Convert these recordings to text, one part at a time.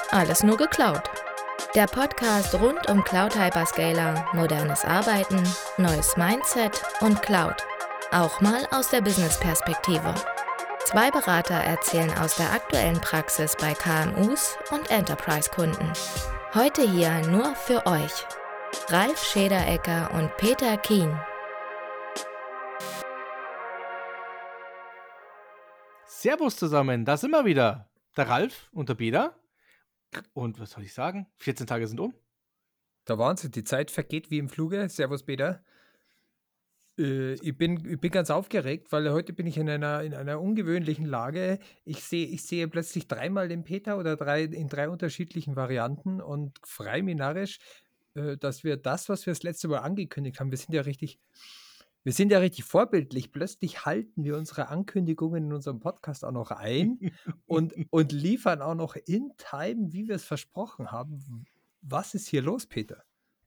Alles nur geklaut. Der Podcast rund um Cloud-Hyperscaler, modernes Arbeiten, neues Mindset und Cloud. Auch mal aus der Business-Perspektive. 2 Berater erzählen aus der aktuellen Praxis bei KMUs und Enterprise-Kunden. Heute hier nur für euch. Ralf Schederecker und Peter Kien. Servus zusammen, da sind wir wieder. Der Ralf und der Peter. Und was soll ich sagen? 14 Tage sind um. Der Wahnsinn, die Zeit vergeht wie im Fluge. Servus, Peter. Ich bin ganz aufgeregt, weil heute bin ich in einer ungewöhnlichen Lage. Ich sehe plötzlich 3-mal den Peter oder in 3 unterschiedlichen Varianten und freue mich narrisch, dass wir das, was wir das letzte Mal angekündigt haben, wir sind ja richtig vorbildlich. Plötzlich halten wir unsere Ankündigungen in unserem Podcast auch noch ein und liefern auch noch in Time, wie wir es versprochen haben. Was ist hier los, Peter?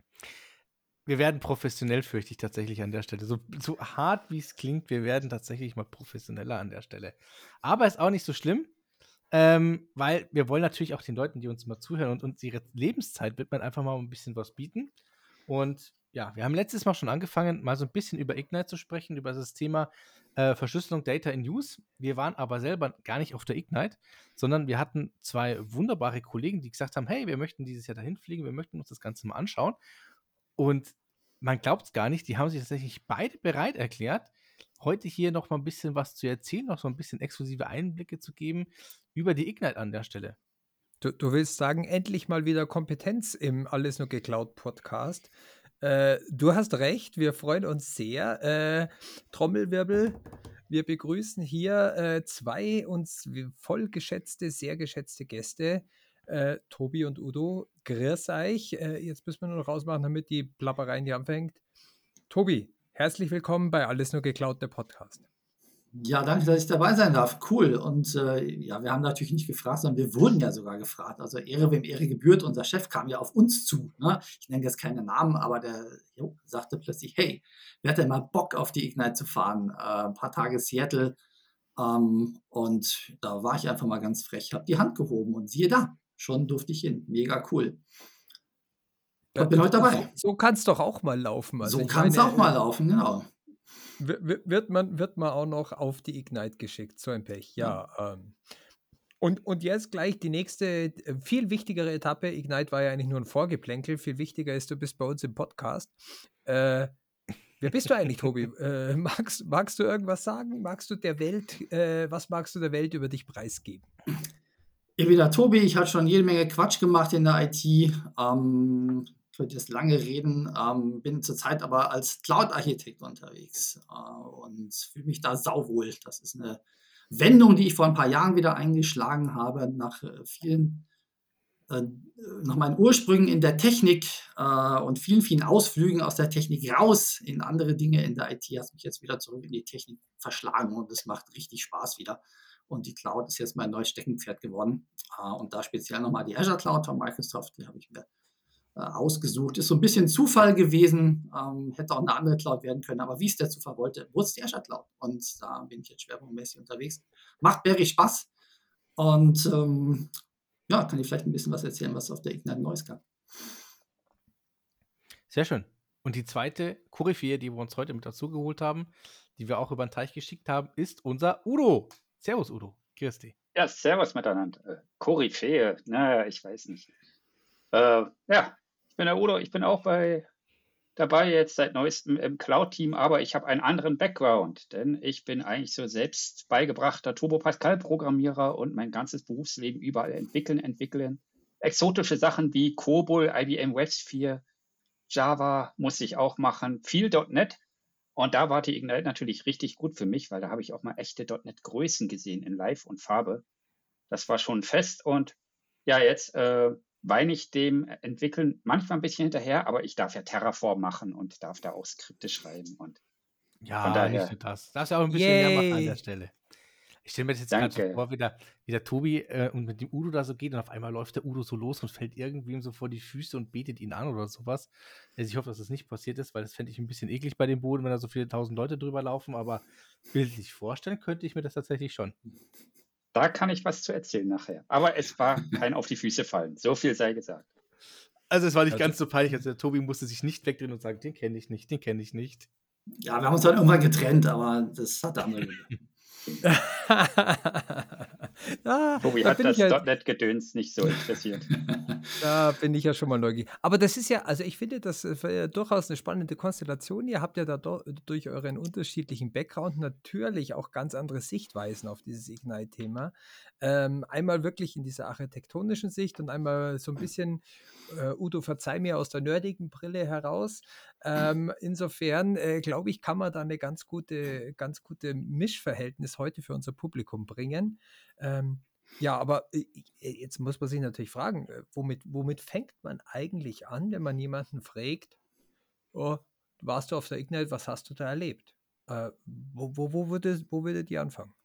Wir werden professionell, fürchte ich tatsächlich an der Stelle. So hart wie es klingt, wir werden tatsächlich mal professioneller an der Stelle. Aber ist auch nicht so schlimm, weil wir wollen natürlich auch den Leuten, die uns mal zuhören und uns ihre Lebenszeit widmen, einfach mal ein bisschen was bieten. Und ja, wir haben letztes Mal schon angefangen, mal so ein bisschen über Ignite zu sprechen, über das Thema Verschlüsselung Data in Use. Wir waren aber selber gar nicht auf der Ignite, sondern wir hatten 2 wunderbare Kollegen, die gesagt haben, hey, wir möchten dieses Jahr dahin fliegen, wir möchten uns das Ganze mal anschauen. Und man glaubt es gar nicht, die haben sich tatsächlich beide bereit erklärt, heute hier noch mal ein bisschen was zu erzählen, noch so ein bisschen exklusive Einblicke zu geben über die Ignite an der Stelle. Du willst sagen, endlich mal wieder Kompetenz im Alles nur geklaut Podcast. Du hast recht, wir freuen uns sehr. Trommelwirbel, wir begrüßen hier 2 uns voll geschätzte, sehr geschätzte Gäste. Tobi und Udo, grüß euch. Jetzt müssen wir nur noch rausmachen, damit die Plapperei nicht anfängt. Tobi, herzlich willkommen bei Alles nur geklaut, der Podcast. Ja, danke, dass ich dabei sein darf. Cool. Und ja, wir haben natürlich nicht gefragt, sondern wir wurden ja sogar gefragt. Also Ehre, wem Ehre gebührt. Unser Chef kam ja auf uns zu. Ne? Ich nenne jetzt keine Namen, aber der sagte plötzlich, hey, wer hat denn mal Bock auf die Ignite zu fahren? Ein paar Tage Seattle. Und da war ich einfach mal ganz frech, habe die Hand gehoben und siehe da, schon durfte ich hin. Mega cool. Und bin heute dabei. So kann es doch auch mal laufen. Also so kann es auch mal laufen, genau. Wird man auch noch auf die Ignite geschickt, so ein Pech, ja. Und jetzt gleich die nächste, viel wichtigere Etappe. Ignite war ja eigentlich nur ein Vorgeplänkel. Viel wichtiger ist, du bist bei uns im Podcast. Wer bist du eigentlich, Tobi? Magst du irgendwas sagen? Was magst du der Welt über dich preisgeben? Ich bin der Tobi, ich habe schon jede Menge Quatsch gemacht in der IT. Ich könnte jetzt lange reden, bin zurzeit aber als Cloud-Architekt unterwegs und fühle mich da sauwohl. Das ist eine Wendung, die ich vor ein paar Jahren wieder eingeschlagen habe, nach meinen Ursprüngen in der Technik und vielen, vielen Ausflügen aus der Technik raus in andere Dinge in der IT, hat mich jetzt wieder zurück in die Technik verschlagen und es macht richtig Spaß wieder. Und die Cloud ist jetzt mein neues Steckenpferd geworden. Und da speziell nochmal die Azure Cloud von Microsoft, die habe ich mir ausgesucht. Ist so ein bisschen Zufall gewesen, hätte auch eine andere Cloud werden können, aber wie es der Zufall wollte, wurde es die Azure Cloud. Und da bin ich jetzt schwerpunktmäßig unterwegs. Macht very Spaß. Und ja, kann ich vielleicht ein bisschen was erzählen, was es auf der Ignite Neues gab. Sehr schön. Und die zweite Koryphäe, die wir uns heute mit dazu geholt haben, die wir auch über den Teich geschickt haben, ist unser Udo. Servus, Udo. Grüß dich. Ja, servus miteinander. Koryphäe, naja, ich weiß nicht. Ja, ich bin der Udo, ich bin auch dabei jetzt seit neuestem im Cloud-Team, aber ich habe einen anderen Background, denn ich bin eigentlich so selbst beigebrachter Turbo Pascal-Programmierer und mein ganzes Berufsleben überall entwickeln. Exotische Sachen wie COBOL, IBM WebSphere, Java muss ich auch machen, viel .NET. Und da war die Ignite natürlich richtig gut für mich, weil da habe ich auch mal echte .NET-Größen gesehen in Live und Farbe. Das war schon fest und ja, jetzt weine ich dem Entwickeln manchmal ein bisschen hinterher, aber ich darf ja Terraform machen und darf da auch Skripte schreiben. Und Ja, von daher, nicht nur das. Darfst ja auch ein bisschen mehr machen an der Stelle. Ich stelle mir das jetzt gerade so Danke. vor, wie der Tobi und mit dem Udo da so geht und auf einmal läuft der Udo so los und fällt irgendwem so vor die Füße und betet ihn an oder sowas. Also ich hoffe, dass das nicht passiert ist, weil das fände ich ein bisschen eklig bei dem Boden, wenn da so viele tausend Leute drüber laufen, aber bildlich vorstellen könnte ich mir das tatsächlich schon. Da kann ich was zu erzählen nachher. Aber es war kein auf die Füße fallen. So viel sei gesagt. Also es war nicht Ja, ganz so peinlich. Also der Tobi musste sich nicht wegdrehen und sagen, den kenne ich nicht, den kenne ich nicht. Ja, wir haben uns dann irgendwann getrennt, aber das hatte andere Gründe. Tobi Da hat bin ich das ja, .NET-Gedöns nicht so interessiert. da bin ich ja schon mal neugierig. Aber das ist ja, also ich finde das durchaus eine spannende Konstellation. Ihr habt ja da durch euren unterschiedlichen Background natürlich auch ganz andere Sichtweisen auf dieses Ignite-Thema. Einmal wirklich in dieser architektonischen Sicht und einmal so ein bisschen, Udo, verzeih mir, aus der nerdigen Brille heraus. Insofern, glaube ich, kann man da eine ganz gute Mischverhältnis heute für unser Publikum bringen. Ja, aber jetzt muss man sich natürlich fragen, womit fängt man eigentlich an, wenn man jemanden fragt, oh, warst du auf der Ignite, was hast du da erlebt? Wo würdet ihr anfangen?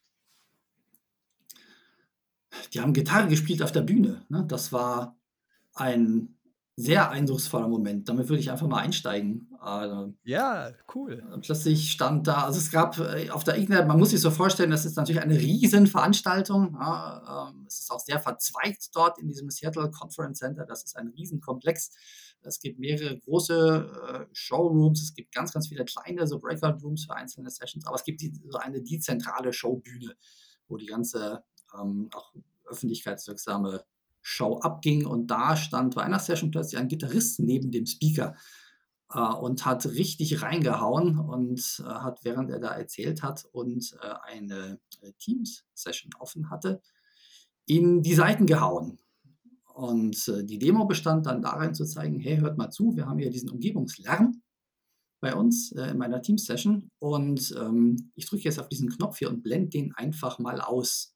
Die haben Gitarre gespielt auf der Bühne. Ne? Das war ein sehr eindrucksvoller Moment. Damit würde ich einfach mal einsteigen. Ja, cool. Plötzlich stand da, also es gab auf der Ignite, man muss sich so vorstellen, das ist natürlich eine Riesenveranstaltung. Ja, es ist auch sehr verzweigt dort in diesem Seattle Conference Center. Das ist ein Riesenkomplex. Es gibt mehrere große Showrooms, es gibt ganz, ganz viele kleine so Breakout Rooms für einzelne Sessions, aber es gibt so eine dezentrale Showbühne, wo die ganze auch öffentlichkeitswirksame Show abging, und da stand bei einer Session plötzlich ein Gitarrist neben dem Speaker und hat richtig reingehauen und hat, während er da erzählt hat und eine Teams-Session offen hatte, in die Seiten gehauen. Und die Demo bestand dann darin zu zeigen, hey, hört mal zu, wir haben hier diesen Umgebungslärm bei uns in meiner Teams-Session, und ich drücke jetzt auf diesen Knopf hier und blende den einfach mal aus.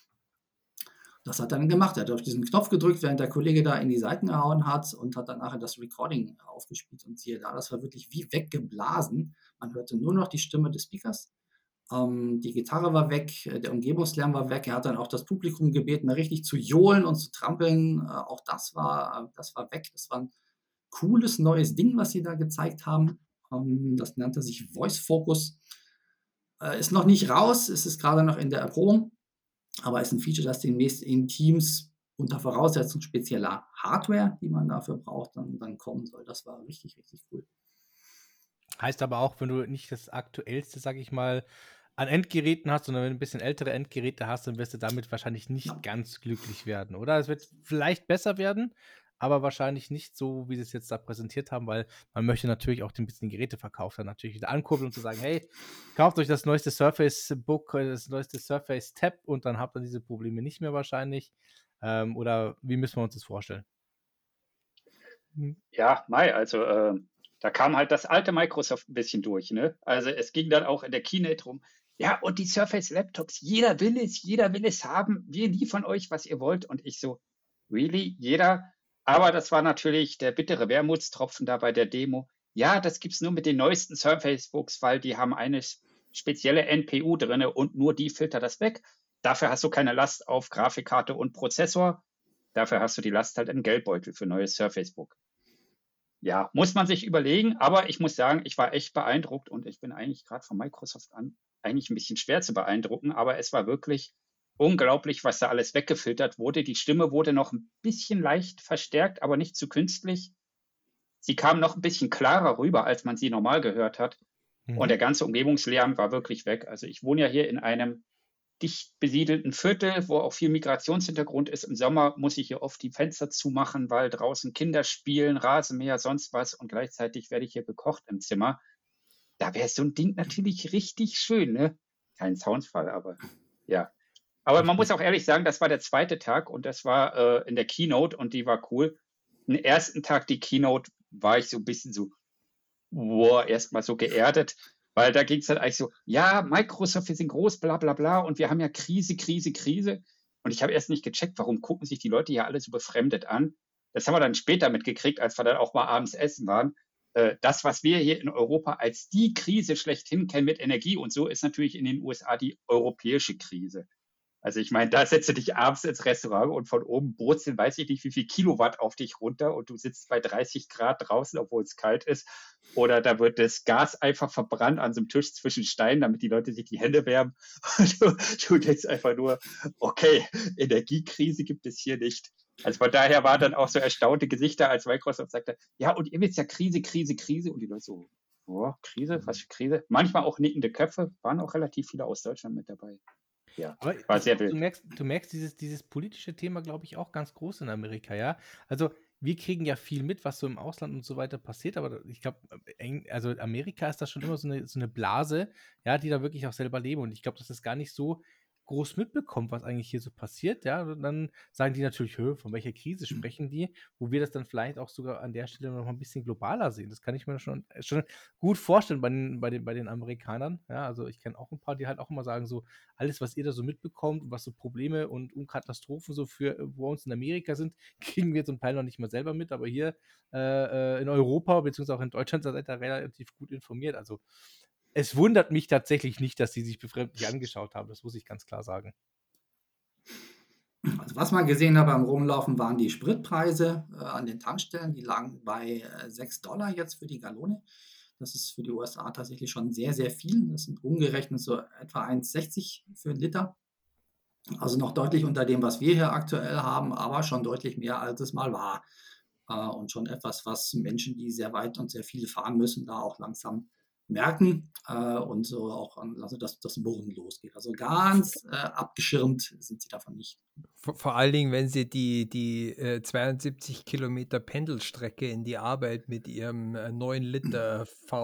Das hat er dann gemacht. Er hat auf diesen Knopf gedrückt, während der Kollege da in die Seiten gehauen hat, und hat dann nachher das Recording aufgespielt. Und siehe da, das war wirklich wie weggeblasen. Man hörte nur noch die Stimme des Speakers. Die Gitarre war weg, der Umgebungslärm war weg. Er hat dann auch das Publikum gebeten, mal richtig zu johlen und zu trampeln. Auch das war weg. Das war ein cooles neues Ding, was sie da gezeigt haben. Das nannte sich Voice Focus. Ist noch nicht raus, es ist gerade noch in der Erprobung. Aber ist ein Feature, das demnächst in Teams unter Voraussetzung spezieller Hardware, die man dafür braucht, dann kommen soll. Das war richtig, richtig cool. Heißt aber auch, wenn du nicht das aktuellste, sag ich mal, an Endgeräten hast, sondern wenn du ein bisschen ältere Endgeräte hast, dann wirst du damit wahrscheinlich nicht ganz glücklich werden, oder? Es wird vielleicht besser werden, aber wahrscheinlich nicht so, wie sie es jetzt da präsentiert haben, weil man möchte natürlich auch ein bisschen Geräteverkauf dann natürlich wieder ankurbeln und zu sagen, hey, kauft euch das neueste Surface Book, das neueste Surface Tab, und dann habt ihr diese Probleme nicht mehr wahrscheinlich. Oder wie müssen wir uns das vorstellen? Ja, also da kam halt das alte Microsoft ein bisschen durch. Ne? Also es ging dann auch in der Keynote rum, ja, und die Surface Laptops, jeder will es haben, wir liefern euch, was ihr wollt. Und ich so, really, jeder? Aber das war natürlich der bittere Wermutstropfen da bei der Demo. Ja, das gibt es nur mit den neuesten Surface Books, weil die haben eine spezielle NPU drin und nur die filtert das weg. Dafür hast du keine Last auf Grafikkarte und Prozessor. Dafür hast du die Last halt im Geldbeutel für neues Surface Book. Ja, muss man sich überlegen, aber ich muss sagen, ich war echt beeindruckt, und ich bin eigentlich gerade von Microsoft an eigentlich ein bisschen schwer zu beeindrucken, aber es war wirklich unglaublich, was da alles weggefiltert wurde. Die Stimme wurde noch ein bisschen leicht verstärkt, aber nicht zu künstlich. Sie kam noch ein bisschen klarer rüber, als man sie normal gehört hat. Und der ganze Umgebungslärm war wirklich weg. Also ich wohne ja hier in einem dicht besiedelten Viertel, wo auch viel Migrationshintergrund ist. Im Sommer muss ich hier oft die Fenster zumachen, weil draußen Kinder spielen, Rasenmäher, sonst was, und gleichzeitig werde ich hier bekocht im Zimmer. Da wäre so ein Ding natürlich richtig schön, ne? Kein Soundfall, aber ja. Aber man muss auch ehrlich sagen, das war der zweite Tag, und das war in der Keynote, und die war cool. Den ersten Tag, die Keynote, war ich so ein bisschen so, wow, erstmal so geerdet, weil da ging es halt eigentlich so, ja, Microsoft, wir sind groß, bla bla bla, und wir haben ja Krise. Und ich habe erst nicht gecheckt, warum gucken sich die Leute ja alle so befremdet an. Das haben wir dann später mitgekriegt, als wir dann auch mal abends essen waren. Das, was wir hier in Europa als die Krise schlechthin kennen mit Energie und so, ist natürlich in den USA die europäische Krise. Also ich meine, da setzt du dich abends ins Restaurant und von oben brutzeln, weiß ich nicht, wie viel Kilowatt auf dich runter und du sitzt bei 30 Grad draußen, obwohl es kalt ist. Oder da wird das Gas einfach verbrannt an so einem Tisch zwischen Steinen, damit die Leute sich die Hände wärmen. Und du denkst einfach nur, okay, Energiekrise gibt es hier nicht. Also von daher waren dann auch so erstaunte Gesichter, als Microsoft sagte, ja, und ihr wisst ja Krise, Krise, Krise. Und die Leute so, oh, Krise, was für Krise? Manchmal auch nickende Köpfe, waren auch relativ viele aus Deutschland mit dabei. Ja, Aber war sehr du wild. merkst dieses politische Thema, glaube ich, auch ganz groß in Amerika, ja. Also wir kriegen ja viel mit, was so im Ausland und so weiter passiert, aber ich glaube, also Amerika ist da schon immer so eine Blase, ja, die da wirklich auch selber leben. Und ich glaube, dass das gar nicht so groß mitbekommt, was eigentlich hier so passiert, ja. Und dann sagen die natürlich, von welcher Krise sprechen die, wo wir das dann vielleicht auch sogar an der Stelle noch mal ein bisschen globaler sehen. Das kann ich mir schon gut vorstellen bei den Amerikanern. Ja, also ich kenne auch ein paar, die halt auch immer sagen, so, alles, was ihr da so mitbekommt, was so Probleme und Katastrophen so für wo uns in Amerika sind, kriegen wir zum Teil noch nicht mal selber mit, aber hier in Europa beziehungsweise auch in Deutschland seid ihr da relativ gut informiert. Also es wundert mich tatsächlich nicht, dass sie sich befremdlich angeschaut haben, das muss ich ganz klar sagen. Also was man gesehen hat beim Rumlaufen, waren die Spritpreise an den Tankstellen. Die lagen bei $6 jetzt für die Gallone. Das ist für die USA tatsächlich schon sehr, sehr viel. Das sind umgerechnet so etwa 1,60 für einen Liter. Also noch deutlich unter dem, was wir hier aktuell haben, aber schon deutlich mehr, als es mal war. Und schon etwas, was Menschen, die sehr weit und sehr viel fahren müssen, da auch langsam merken und so auch, also dass das Murren losgeht. Also ganz abgeschirmt sind sie davon nicht. Vor allen Dingen, wenn sie die 72 Kilometer Pendelstrecke in die Arbeit mit ihrem 9 Liter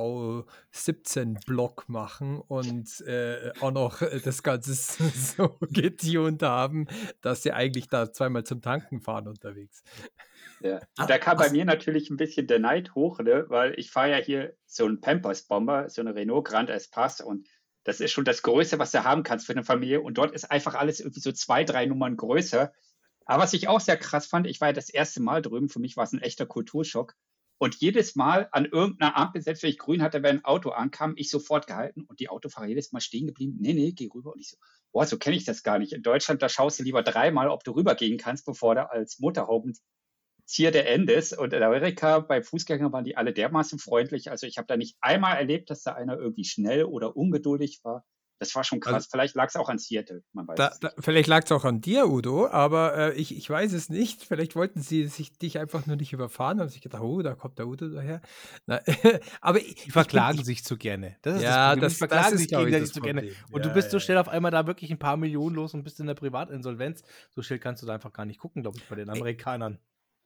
V17-Block machen und auch noch das Ganze so getuned haben, dass sie eigentlich da zweimal zum Tanken fahren unterwegs. Ja. Da kam bei mir natürlich ein bisschen der Neid hoch, ne? Weil ich fahre ja hier so einen Pampers-Bomber, so eine Renault Grand Espace und das ist schon das Größte, was du haben kannst für eine Familie und dort ist einfach alles irgendwie so 2, 3 Nummern größer. Aber was ich auch sehr krass fand, ich war ja das erste Mal drüben, für mich war es ein echter Kulturschock und jedes Mal an irgendeiner Ampel, selbst wenn ich grün hatte, wenn ein Auto ankam, ich sofort gehalten und die Autofahrer jedes Mal stehen geblieben, nee, geh rüber und ich so, boah, so kenne ich das gar nicht. In Deutschland, da schaust du lieber 3-mal, ob du rübergehen kannst, bevor du als Motorhauben Zierde Endes. Und in Amerika bei Fußgängern waren die alle dermaßen freundlich. Also ich habe da nicht einmal erlebt, dass da einer irgendwie schnell oder ungeduldig war. Das war schon krass. Also, Vielleicht lag es auch an Seattle, man weiß es nicht. Vielleicht lag es auch an dir, Udo, aber ich weiß es nicht. Vielleicht wollten sie dich einfach nur nicht überfahren und sich gedacht, oh, da kommt der Udo daher. Na, aber Die verklagen sich zu gerne. Das ist Ja, das Problem. Die das verklagen ist, sich glaube ich, gegenseitig das zu gerne. Problem. Und du Ja, bist so ja, schnell auf einmal da wirklich ein paar Millionen los und bist in der Privatinsolvenz. So schnell kannst du da einfach gar nicht gucken, glaube ich, bei den Amerikanern.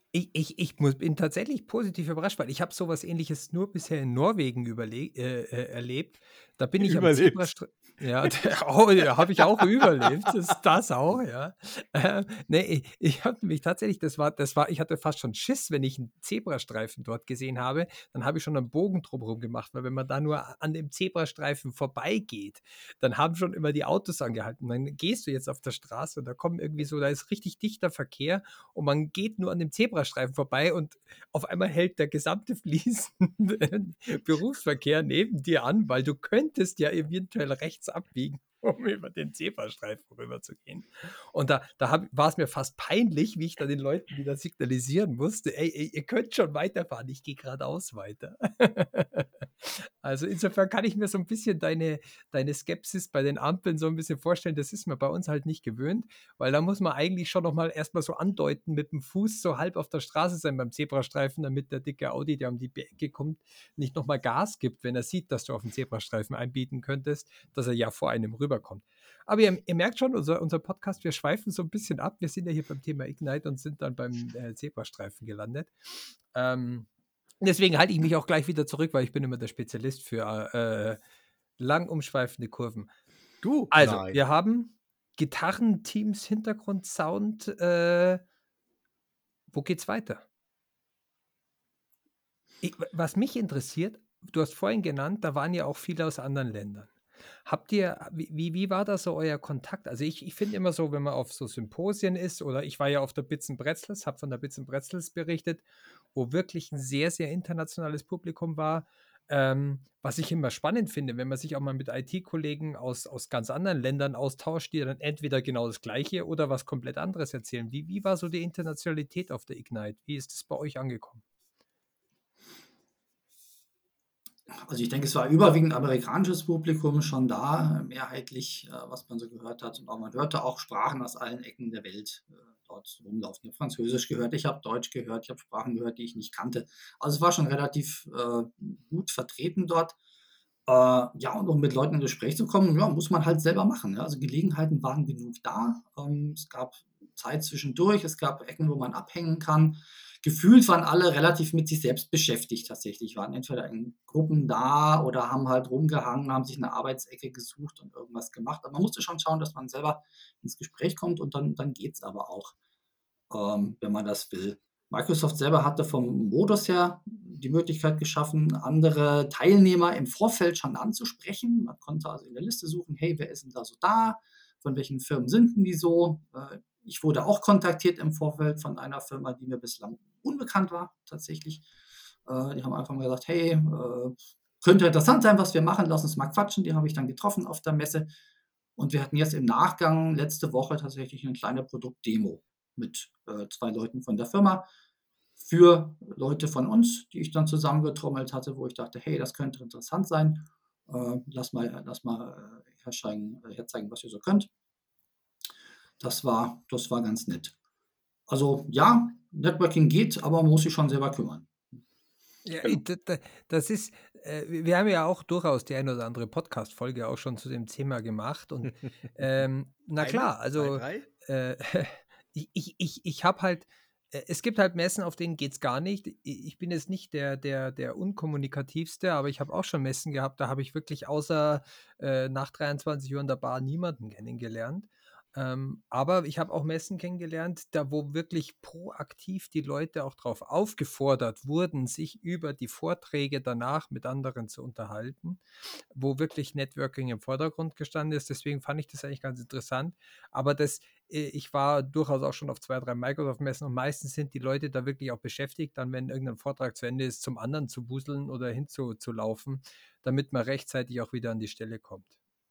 bin tatsächlich positiv überrascht, weil ich habe sowas Ähnliches nur bisher in Norwegen erlebt. Da bin ich am Überlebt. Zebrastreifen. Ja, ja, habe ich auch überlebt. Das auch, ja. Nee, ich habe nämlich tatsächlich, ich hatte fast schon Schiss, wenn ich einen Zebrastreifen dort gesehen habe, dann habe ich schon einen Bogen drumherum gemacht, weil wenn man da nur an dem Zebrastreifen vorbeigeht, dann haben schon immer die Autos angehalten. Dann gehst du jetzt auf der Straße und da kommen irgendwie so, da ist richtig dichter Verkehr und man geht nur an dem Zebrastreifen vorbei und auf einmal hält der gesamte fließende Berufsverkehr neben dir an, weil du könntest ja eventuell rechts abbiegen, um über den Zebrastreifen rüber zu gehen. Und da war es mir fast peinlich, wie ich da den Leuten wieder signalisieren musste, ey, ihr könnt schon weiterfahren, ich gehe geradeaus weiter. Also insofern kann ich mir so ein bisschen deine Skepsis bei den Ampeln so ein bisschen vorstellen, das ist man bei uns halt nicht gewöhnt, weil da muss man eigentlich schon nochmal erstmal so andeuten, mit dem Fuß so halb auf der Straße sein beim Zebrastreifen, damit der dicke Audi, der um die Ecke kommt, nicht nochmal Gas gibt, wenn er sieht, dass du auf den Zebrastreifen einbieten könntest, dass er ja vor einem rüberkommt. Aber ihr merkt schon, unser Podcast, wir schweifen so ein bisschen ab. Wir sind ja hier beim Thema Ignite und sind dann beim Zebrastreifen gelandet. Deswegen halte ich mich auch gleich wieder zurück, weil ich bin immer der Spezialist für lang umschweifende Kurven. Also, Nein. wir haben Gitarren, Teams, Hintergrund, Sound. Wo geht's weiter? Was mich interessiert, du hast vorhin genannt, da waren ja auch viele aus anderen Ländern. Wie war da so euer Kontakt? Also ich finde immer so, wenn man auf so Symposien ist, oder ich war ja auf der Bits & Pretzels, habe von der Bits & Pretzels berichtet, wo wirklich ein sehr, sehr internationales Publikum war. Was ich immer spannend finde, wenn man sich auch mal mit IT-Kollegen aus ganz anderen Ländern austauscht, die dann entweder genau das Gleiche oder was komplett anderes erzählen. Wie war so die Internationalität auf der Ignite? Wie ist es bei euch angekommen? Also ich denke, es war überwiegend amerikanisches Publikum schon da, mehrheitlich, was man so gehört hat. Und auch man hörte auch Sprachen aus allen Ecken der Welt dort rumlaufen. Ich habe Französisch gehört, ich habe Deutsch gehört, ich habe Sprachen gehört, die ich nicht kannte. Also es war schon relativ gut vertreten dort. Ja, und um mit Leuten in Gespräch zu kommen, ja, muss man halt selber machen. Ja. Also Gelegenheiten waren genug da. Es gab Zeit zwischendurch, es gab Ecken, wo man abhängen kann. Gefühlt waren alle relativ mit sich selbst beschäftigt tatsächlich, waren entweder in Gruppen da oder haben halt rumgehangen, haben sich eine Arbeitsecke gesucht und irgendwas gemacht. Aber man musste schon schauen, dass man selber ins Gespräch kommt und dann geht es aber auch, wenn man das will. Microsoft selber hatte vom Modus her die Möglichkeit geschaffen, andere Teilnehmer im Vorfeld schon anzusprechen. Man konnte also in der Liste suchen, hey, wer ist denn da so da? Von welchen Firmen sind denn die so? Ich wurde auch kontaktiert im Vorfeld von einer Firma, die mir bislang unbekannt war, tatsächlich. Die haben einfach mal gesagt, hey, könnte interessant sein, was wir machen, lass uns mal quatschen. Die habe ich dann getroffen auf der Messe. Und wir hatten jetzt im Nachgang letzte Woche tatsächlich eine kleine Produktdemo mit 2 Leuten von der Firma für Leute von uns, die ich dann zusammengetrommelt hatte, wo ich dachte, hey, das könnte interessant sein. Lass mal herzeigen, was ihr so könnt. Das war ganz nett. Also ja, Networking geht, aber man muss sich schon selber kümmern. Ja, Genau. das ist, wir haben ja auch durchaus die eine oder andere Podcast-Folge auch schon zu dem Thema gemacht. Und na Eine, klar, zwei, also drei? ich habe halt, es gibt halt Messen, auf denen geht es gar nicht. Ich bin jetzt nicht der unkommunikativste, aber ich habe auch schon Messen gehabt, da habe ich wirklich außer nach 23 Uhr in der Bar niemanden kennengelernt. Aber ich habe auch Messen kennengelernt, da wo wirklich proaktiv die Leute auch darauf aufgefordert wurden, sich über die Vorträge danach mit anderen zu unterhalten, wo wirklich Networking im Vordergrund gestanden ist. Deswegen fand ich das eigentlich ganz interessant. Aber ich war durchaus auch schon auf 2, 3 Microsoft-Messen und meistens sind die Leute da wirklich auch beschäftigt, dann, wenn irgendein Vortrag zu Ende ist, zum anderen zu buseln oder hinzulaufen, damit man rechtzeitig auch wieder an die Stelle kommt.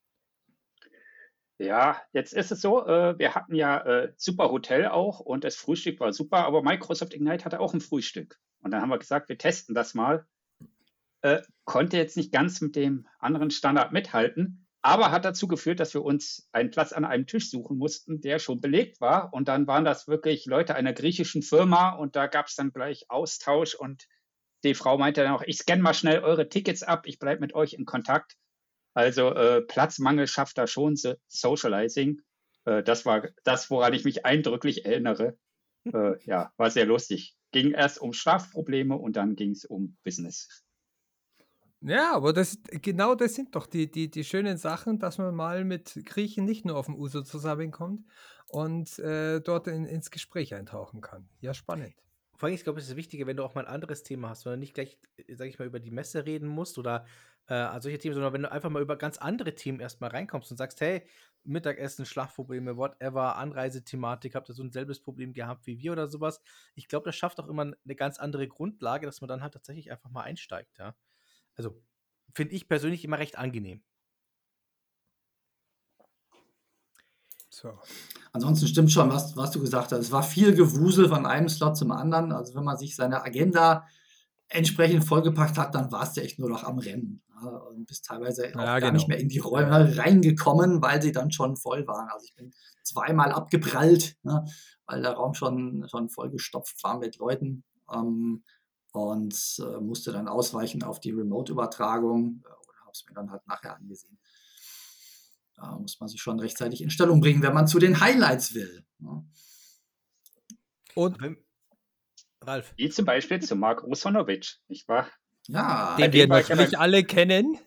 Ja, jetzt ist es so, wir hatten ja super Hotel auch und das Frühstück war super, aber Microsoft Ignite hatte auch ein Frühstück. Und dann haben wir gesagt, wir testen das mal. Konnte jetzt nicht ganz mit dem anderen Standard mithalten, aber hat dazu geführt, dass wir uns einen Platz an einem Tisch suchen mussten, der schon belegt war. Und dann waren das wirklich Leute einer griechischen Firma und da gab es dann gleich Austausch und die Frau meinte dann auch, ich scanne mal schnell eure Tickets ab, ich bleibe mit euch in Kontakt. Also Platzmangel schafft da schon Socializing. Das war das, woran ich mich eindrücklich erinnere. Ja, war sehr lustig. Ging erst um Schlafprobleme und dann ging es um Business. Ja, aber genau das sind doch die schönen Sachen, dass man mal mit Griechen nicht nur auf dem Uso zusammenkommt und dort ins Gespräch eintauchen kann. Ja, spannend. Vor allem, ich glaube, es ist wichtiger, wenn du auch mal ein anderes Thema hast, sondern nicht gleich, sag ich mal, über die Messe reden musst oder solche Themen, sondern wenn du einfach mal über ganz andere Themen erstmal reinkommst und sagst, hey, Mittagessen, Schlafprobleme, whatever, Anreisethematik, habt ihr so ein selbes Problem gehabt wie wir oder sowas. Ich glaube, das schafft auch immer eine ganz andere Grundlage, dass man dann halt tatsächlich einfach mal einsteigt, ja. Also, finde ich persönlich immer recht angenehm. So. Ansonsten stimmt schon, was du gesagt hast. Es war viel Gewusel von einem Slot zum anderen. Also wenn man sich seine Agenda entsprechend vollgepackt hat, dann warst du echt nur noch am Rennen. Ja, und bist teilweise auch Ja, gar nicht genau. mehr in die Räume reingekommen, weil sie dann schon voll waren. Also ich bin zweimal abgeprallt, ne, weil der Raum schon vollgestopft war mit Leuten, und musste dann ausweichen auf die Remote-Übertragung oder habe es mir dann halt nachher angesehen. Da muss man sich schon rechtzeitig in Stellung bringen, wenn man zu den Highlights will. Ne? Und Ralf. Wie zum Beispiel zu Mark Russonowitsch, nicht wahr? Ja, den dem wir war ich ja natürlich alle kennen.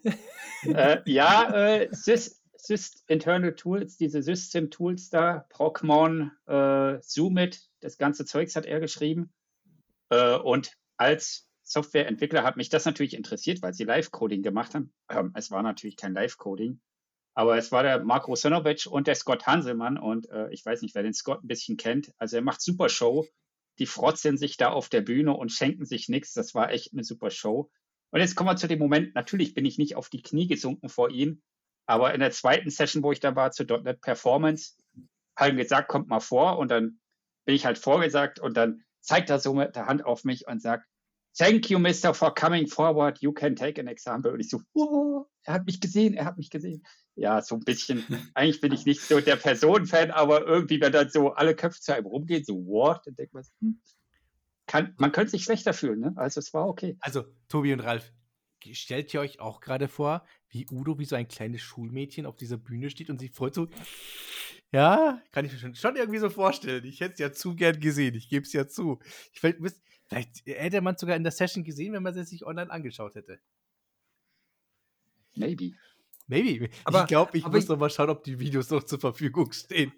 Internal Tools, diese System-Tools da, Procmon, Zoomit, das ganze Zeugs hat er geschrieben. Und als Softwareentwickler hat mich das natürlich interessiert, weil sie Live-Coding gemacht haben. Es war natürlich kein Live-Coding, aber es war der Mark Russonowitsch und der Scott Hanselmann. Und ich weiß nicht, wer den Scott ein bisschen kennt. Also er macht super Show. Die frotzeln sich da auf der Bühne und schenken sich nichts. Das war echt eine super Show. Und jetzt kommen wir zu dem Moment, natürlich bin ich nicht auf die Knie gesunken vor ihm, aber in der zweiten Session, wo ich da war, zu .NET Performance, habe ich gesagt, kommt mal vor, und dann bin ich halt vorgesagt, und dann zeigt er so mit der Hand auf mich und sagt, thank you, Mister, for coming forward, you can take an example. Und ich so, oh, er hat mich gesehen. Ja, so ein bisschen, eigentlich bin ich nicht so der Personenfan, aber irgendwie, wenn dann so alle Köpfe zu einem rumgehen, so, what, dann denkt man, man könnte sich schlechter fühlen, ne? Also es war okay. Also, Tobi und Ralf, stellt ihr euch auch gerade vor, wie Udo wie so ein kleines Schulmädchen auf dieser Bühne steht und sich freut so, ja, kann ich mir schon irgendwie so vorstellen. Ich hätte es ja zu gern gesehen, ich gebe es ja zu. Vielleicht hätte man es sogar in der Session gesehen, wenn man es sich online angeschaut hätte. Maybe. Ich glaube, ich muss noch mal schauen, ob die Videos noch zur Verfügung stehen.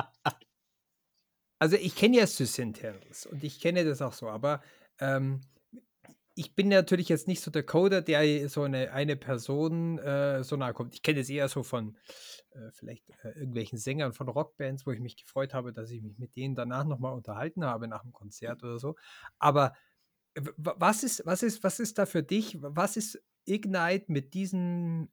Also ich kenne ja Sys-Internals und ich kenne das auch so, aber ich bin natürlich jetzt nicht so der Coder, der so eine Person so nahe kommt. Ich kenne es eher so von vielleicht irgendwelchen Sängern von Rockbands, wo ich mich gefreut habe, dass ich mich mit denen danach nochmal unterhalten habe nach dem Konzert oder so. Aber was ist da für dich? Was ist Ignite mit diesen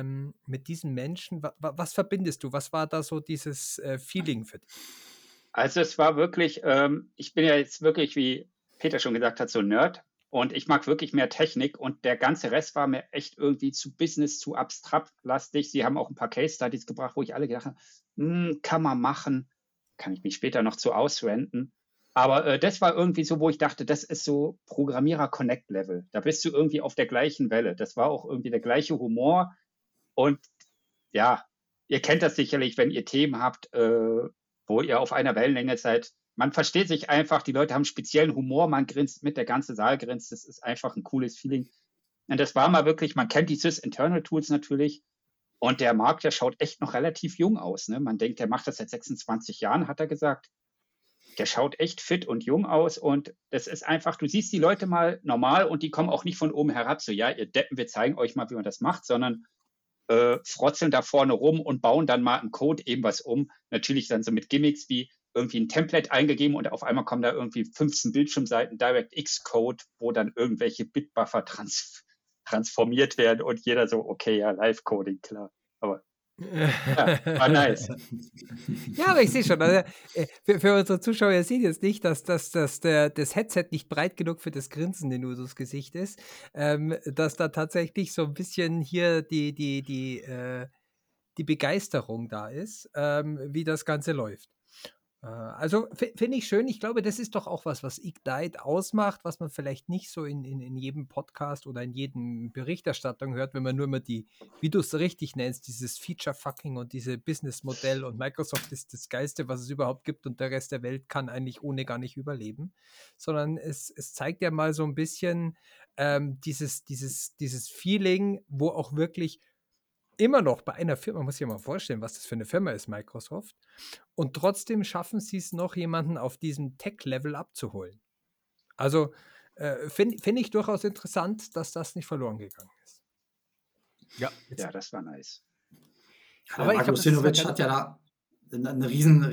Menschen? Was verbindest du? Was war da so dieses Feeling für dich? Also es war wirklich, ich bin ja jetzt wirklich, wie Peter schon gesagt hat, so Nerd, und ich mag wirklich mehr Technik, und der ganze Rest war mir echt irgendwie zu Business, zu abstrakt-lastig. Sie haben auch ein paar Case-Studies gebracht, wo ich alle gedacht habe, kann man machen, kann ich mich später noch zu ausrenten. Aber das war irgendwie so, wo ich dachte, das ist so Programmierer-Connect-Level. Da bist du irgendwie auf der gleichen Welle. Das war auch irgendwie der gleiche Humor. Und ja, ihr kennt das sicherlich, wenn ihr Themen habt, wo ihr auf einer Wellenlänge seid. Man versteht sich einfach, die Leute haben speziellen Humor, man grinst mit, der ganze Saal grinst, das ist einfach ein cooles Feeling. Und das war mal wirklich, man kennt die Sys-Internal-Tools natürlich, und der Markt, der schaut echt noch relativ jung aus. Ne? Man denkt, der macht das seit 26 Jahren, hat er gesagt. Der schaut echt fit und jung aus, und das ist einfach, du siehst die Leute mal normal, und die kommen auch nicht von oben herab, so, ja, ihr Deppen, wir zeigen euch mal, wie man das macht, sondern frotzeln da vorne rum und bauen dann mal im Code eben was um. Natürlich dann so mit Gimmicks wie irgendwie ein Template eingegeben, und auf einmal kommen da irgendwie 15 Bildschirmseiten DirectX-Code, wo dann irgendwelche Bitbuffer transformiert werden, und jeder so, okay, ja, Live-Coding, klar. Aber ja, war nice. Ja, aber ich sehe schon, also, für unsere Zuschauer, ihr seht jetzt nicht, dass das Headset nicht breit genug für das Grinsen in Udos Gesicht ist, dass da tatsächlich so ein bisschen hier die Begeisterung da ist, wie das Ganze läuft. Also finde ich schön. Ich glaube, das ist doch auch was Ignite ausmacht, was man vielleicht nicht so in jedem Podcast oder in jedem Berichterstattung hört, wenn man nur immer wie du es richtig nennst, dieses Feature-Fucking und diese Business-Modell, und Microsoft ist das Geilste, was es überhaupt gibt, und der Rest der Welt kann eigentlich ohne gar nicht überleben. Sondern es zeigt ja mal so ein bisschen dieses Feeling, wo auch wirklich immer noch bei einer Firma, man muss sich ja mal vorstellen, was das für eine Firma ist, Microsoft, und trotzdem schaffen sie es noch, jemanden auf diesem Tech-Level abzuholen. Also finde ich durchaus interessant, dass das nicht verloren gegangen ist. Ja, das war nice. Aber Marko Sinovic hat ja da eine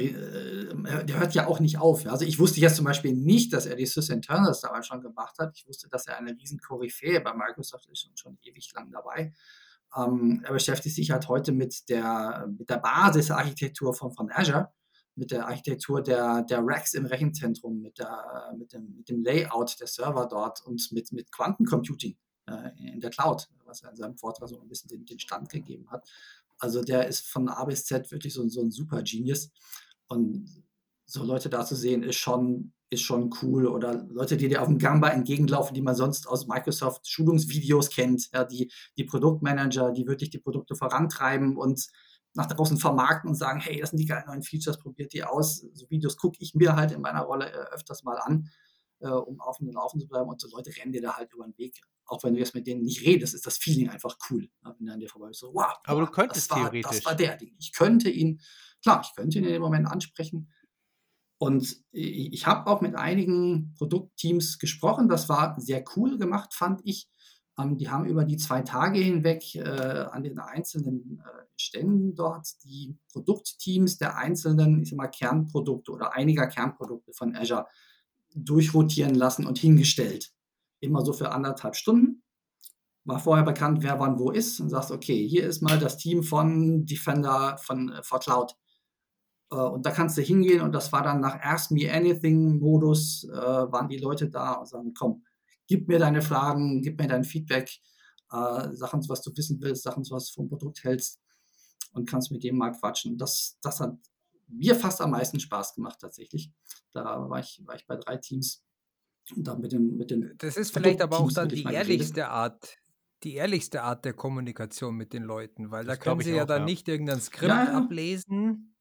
der hört ja auch nicht auf. Also ich wusste jetzt zum Beispiel nicht, dass er die Sys-Internals damals schon gemacht hat. Ich wusste, dass er eine riesen Koryphäe bei Microsoft ist und schon ewig lang dabei. Er beschäftigt sich halt heute mit der Basisarchitektur von Azure, mit der Architektur der Racks im Rechenzentrum, mit dem Layout der Server dort und mit Quantencomputing in der Cloud, was er in seinem Vortrag so ein bisschen den Stand gegeben hat. Also der ist von A bis Z wirklich so ein super Genius. Und so Leute da zu sehen, ist schon cool. Oder Leute, die dir auf dem Gangba entgegenlaufen, die man sonst aus Microsoft-Schulungsvideos kennt. Ja, die Produktmanager, die wirklich die Produkte vorantreiben und nach draußen vermarkten und sagen, hey, das sind die geilen neuen Features, probiert die aus. So Videos gucke ich mir halt in meiner Rolle öfters mal an, um auf dem Laufen zu bleiben. Und so Leute rennen dir da halt über den Weg. Auch wenn du jetzt mit denen nicht redest, ist das Feeling einfach cool. Wenn du an dir vorbei bist, so, wow, aber du könntest theoretisch. Das war der Ding. Ich könnte ihn in dem Moment ansprechen. Und ich habe auch mit einigen Produktteams gesprochen. Das war sehr cool gemacht, fand ich. Die haben über die 2 Tage hinweg an den einzelnen Ständen dort die Produktteams der einzelnen, ich sag mal, Kernprodukte oder einiger Kernprodukte von Azure durchrotieren lassen und hingestellt. Immer so für 1,5 Stunden. war vorher bekannt, wer wann wo ist und sagst, okay, hier ist mal das Team von Defender for Cloud. Und da kannst du hingehen und das war dann nach Ask Me Anything-Modus, waren die Leute da und sagen, komm, gib mir deine Fragen, gib mir dein Feedback, Sachen, was du wissen willst, Sachen, was du vom Produkt hältst und kannst mit dem mal quatschen. Das hat mir fast am meisten Spaß gemacht tatsächlich. Da war ich bei 3 Teams und da mit den Das ist vielleicht aber auch Produktteams dann wirklich mal geredet. die ehrlichste Art der Kommunikation mit den Leuten, weil da Das können glaube ich sie ja auch, dann ja. nicht irgendein Skript Ja, ja. ablesen.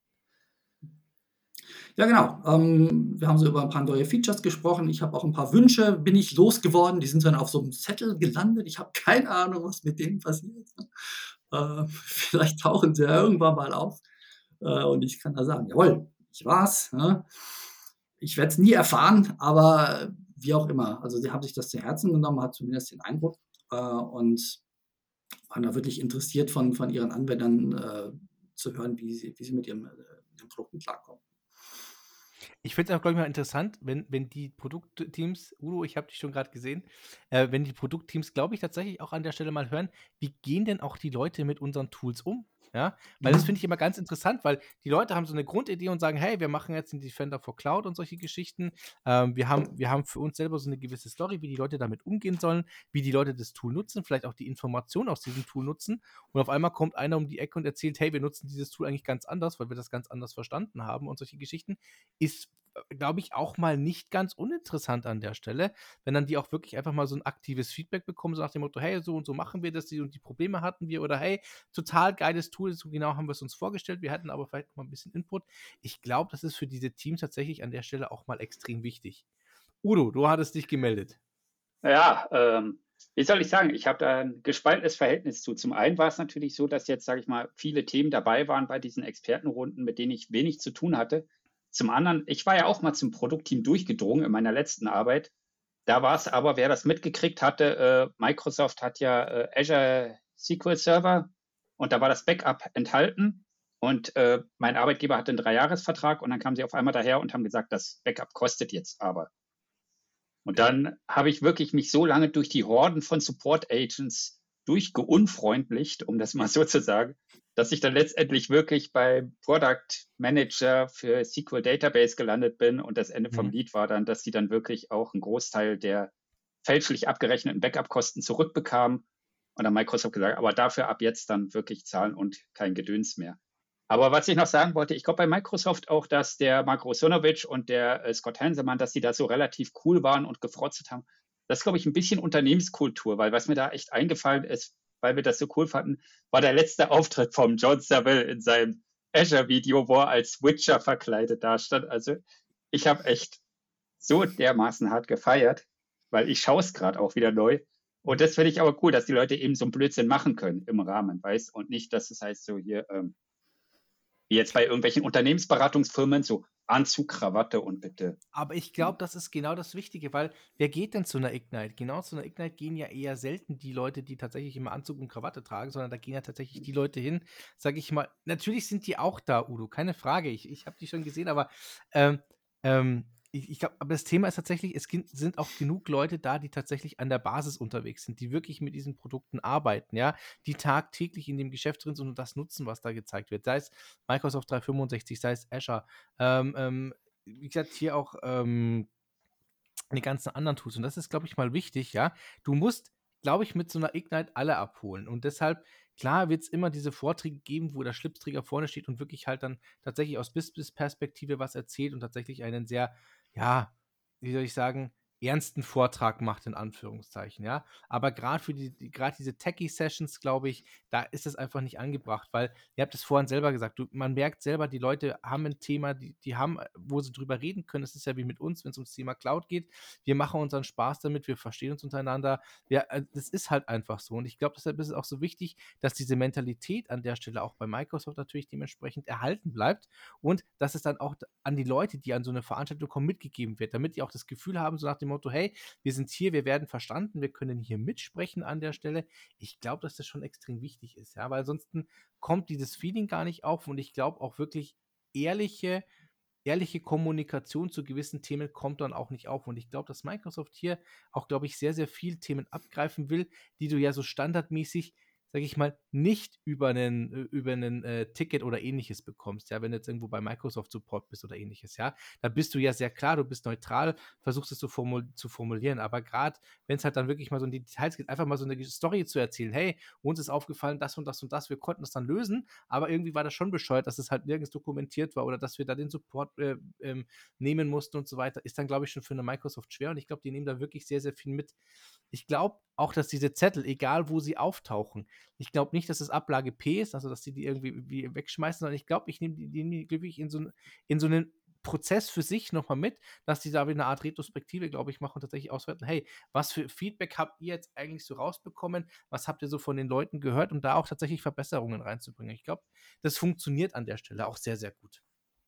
Ja, genau. Wir haben so über ein paar neue Features gesprochen. Ich habe auch ein paar Wünsche, bin ich losgeworden. Die sind dann auf so einem Zettel gelandet. Ich habe keine Ahnung, was mit denen passiert. Vielleicht tauchen sie ja irgendwann mal auf. Und ich kann da sagen, jawohl, ich war's. Ne? Ich werde es nie erfahren, aber wie auch immer. Also die haben sich das zu Herzen genommen, hat zumindest den Eindruck. Und waren da wirklich interessiert von ihren Anwendern zu hören, wie sie mit ihren Produkten klarkommen. Ich finde es auch, glaube ich, mal interessant, wenn die Produktteams, Udo, ich habe dich schon gerade gesehen, wenn die Produktteams, glaube ich, tatsächlich auch an der Stelle mal hören, wie gehen denn auch die Leute mit unseren Tools um? Ja, weil das finde ich immer ganz interessant, weil die Leute haben so eine Grundidee und sagen, hey, wir machen jetzt den Defender for Cloud und solche Geschichten. Wir haben für uns selber so eine gewisse Story, wie die Leute damit umgehen sollen, wie die Leute das Tool nutzen, vielleicht auch die Informationen aus diesem Tool nutzen. Und auf einmal kommt einer um die Ecke und erzählt, hey, wir nutzen dieses Tool eigentlich ganz anders, weil wir das ganz anders verstanden haben und solche Geschichten. Ist, glaube ich, auch mal nicht ganz uninteressant an der Stelle, wenn dann die auch wirklich einfach mal so ein aktives Feedback bekommen, so nach dem Motto, hey, so und so machen wir das, die und die Probleme hatten wir oder hey, total geiles Tool, so genau haben wir es uns vorgestellt, wir hatten aber vielleicht noch mal ein bisschen Input. Ich glaube, das ist für diese Teams tatsächlich an der Stelle auch mal extrem wichtig. Udo, du hattest dich gemeldet. Ja, wie soll ich sagen? Ich habe da ein gespaltenes Verhältnis zu. Zum einen war es natürlich so, dass jetzt, sage ich mal, viele Themen dabei waren bei diesen Expertenrunden, mit denen ich wenig zu tun hatte. Zum anderen, ich war ja auch mal zum Produktteam durchgedrungen in meiner letzten Arbeit. Da war es aber, wer das mitgekriegt hatte, Microsoft hat ja Azure SQL Server und da war das Backup enthalten. Und mein Arbeitgeber hatte einen 3-Jahres-Vertrag und dann kamen sie auf einmal daher und haben gesagt, das Backup kostet jetzt aber. Und dann habe ich wirklich mich so lange durch die Horden von Support Agents durchgeunfreundlicht, um das mal so zu sagen, dass ich dann letztendlich wirklich beim Product Manager für SQL Database gelandet bin und das Ende vom Lied war dann, dass sie dann wirklich auch einen Großteil der fälschlich abgerechneten Backup-Kosten zurückbekamen und dann Microsoft gesagt, aber dafür ab jetzt dann wirklich zahlen und kein Gedöns mehr. Aber was ich noch sagen wollte, ich glaube bei Microsoft auch, dass der Mark Russinovich und der Scott Hanselman, dass die da so relativ cool waren und gefrotzt haben. Das ist, glaube ich, ein bisschen Unternehmenskultur, weil was mir da echt eingefallen ist, weil wir das so cool fanden, war der letzte Auftritt vom John Saville in seinem Azure-Video, wo er als Witcher verkleidet dastand. Also ich habe echt so dermaßen hart gefeiert, weil ich schaue es gerade auch wieder neu. Und das finde ich aber cool, dass die Leute eben so einen Blödsinn machen können im Rahmen, weißt, und nicht, dass es heißt so hier, wie jetzt bei irgendwelchen Unternehmensberatungsfirmen, so Anzug, Krawatte und bitte. Aber ich glaube, das ist genau das Wichtige, weil wer geht denn zu einer Ignite? Genau zu einer Ignite gehen ja eher selten die Leute, die tatsächlich immer Anzug und Krawatte tragen, sondern da gehen ja tatsächlich die Leute hin, sage ich mal. Natürlich sind die auch da, Udo, keine Frage. Ich habe die schon gesehen, aber ich glaube, aber das Thema ist tatsächlich, sind auch genug Leute da, die tatsächlich an der Basis unterwegs sind, die wirklich mit diesen Produkten arbeiten, ja, die tagtäglich in dem Geschäft drin sind und das nutzen, was da gezeigt wird. Sei es Microsoft 365, sei es Azure, wie gesagt, hier auch die ganzen anderen Tools. Und das ist, glaube ich, mal wichtig, ja. Du musst, glaube ich, mit so einer Ignite alle abholen. Und deshalb, klar, wird es immer diese Vorträge geben, wo der Schlipsträger vorne steht und wirklich halt dann tatsächlich aus Business-Perspektive was erzählt und tatsächlich einen sehr, ja, wie soll ich sagen, ernsten Vortrag macht, in Anführungszeichen, ja. Aber gerade für gerade diese Techie-Sessions, glaube ich, da ist es einfach nicht angebracht, weil ihr habt es vorhin selber gesagt, man merkt selber, die Leute haben ein Thema, die haben, wo sie drüber reden können. Es ist ja wie mit uns, wenn es ums Thema Cloud geht. Wir machen unseren Spaß damit, wir verstehen uns untereinander. Ja, das ist halt einfach so. Und ich glaube, deshalb ist es auch so wichtig, dass diese Mentalität an der Stelle auch bei Microsoft natürlich dementsprechend erhalten bleibt und dass es dann auch an die Leute, die an so eine Veranstaltung kommen, mitgegeben wird, damit die auch das Gefühl haben, so nach dem Motto, hey, wir sind hier, wir werden verstanden, wir können hier mitsprechen an der Stelle. Ich glaube, dass das schon extrem wichtig ist, ja, weil ansonsten kommt dieses Feeling gar nicht auf und ich glaube auch wirklich ehrliche ehrliche Kommunikation zu gewissen Themen kommt dann auch nicht auf. Und ich glaube, dass Microsoft hier auch, glaube ich, sehr, sehr viel Themen abgreifen will, die du ja so standardmäßig, sage ich mal, nicht über einen Ticket oder ähnliches bekommst, ja, wenn du jetzt irgendwo bei Microsoft Support bist oder ähnliches, ja, da bist du ja sehr klar, du bist neutral, versuchst es zu formulieren, aber gerade, wenn es halt dann wirklich mal so in die Details geht, einfach mal so eine Story zu erzählen, hey, uns ist aufgefallen, das und das und das, wir konnten das dann lösen, aber irgendwie war das schon bescheuert, dass es halt nirgends dokumentiert war oder dass wir da den Support nehmen mussten und so weiter, ist dann, glaube ich, schon für eine Microsoft schwer und ich glaube, die nehmen da wirklich sehr, sehr viel mit. Ich glaube auch, dass diese Zettel, egal wo sie auftauchen, ich glaube nicht, dass es Ablage P ist, also dass die irgendwie wegschmeißen, sondern ich glaube, ich nehme die wirklich in so einen Prozess für sich nochmal mit, dass die da wieder eine Art Retrospektive, glaube ich, machen und tatsächlich auswerten, hey, was für Feedback habt ihr jetzt eigentlich so rausbekommen? Was habt ihr so von den Leuten gehört, um da auch tatsächlich Verbesserungen reinzubringen? Ich glaube, das funktioniert an der Stelle auch sehr, sehr gut.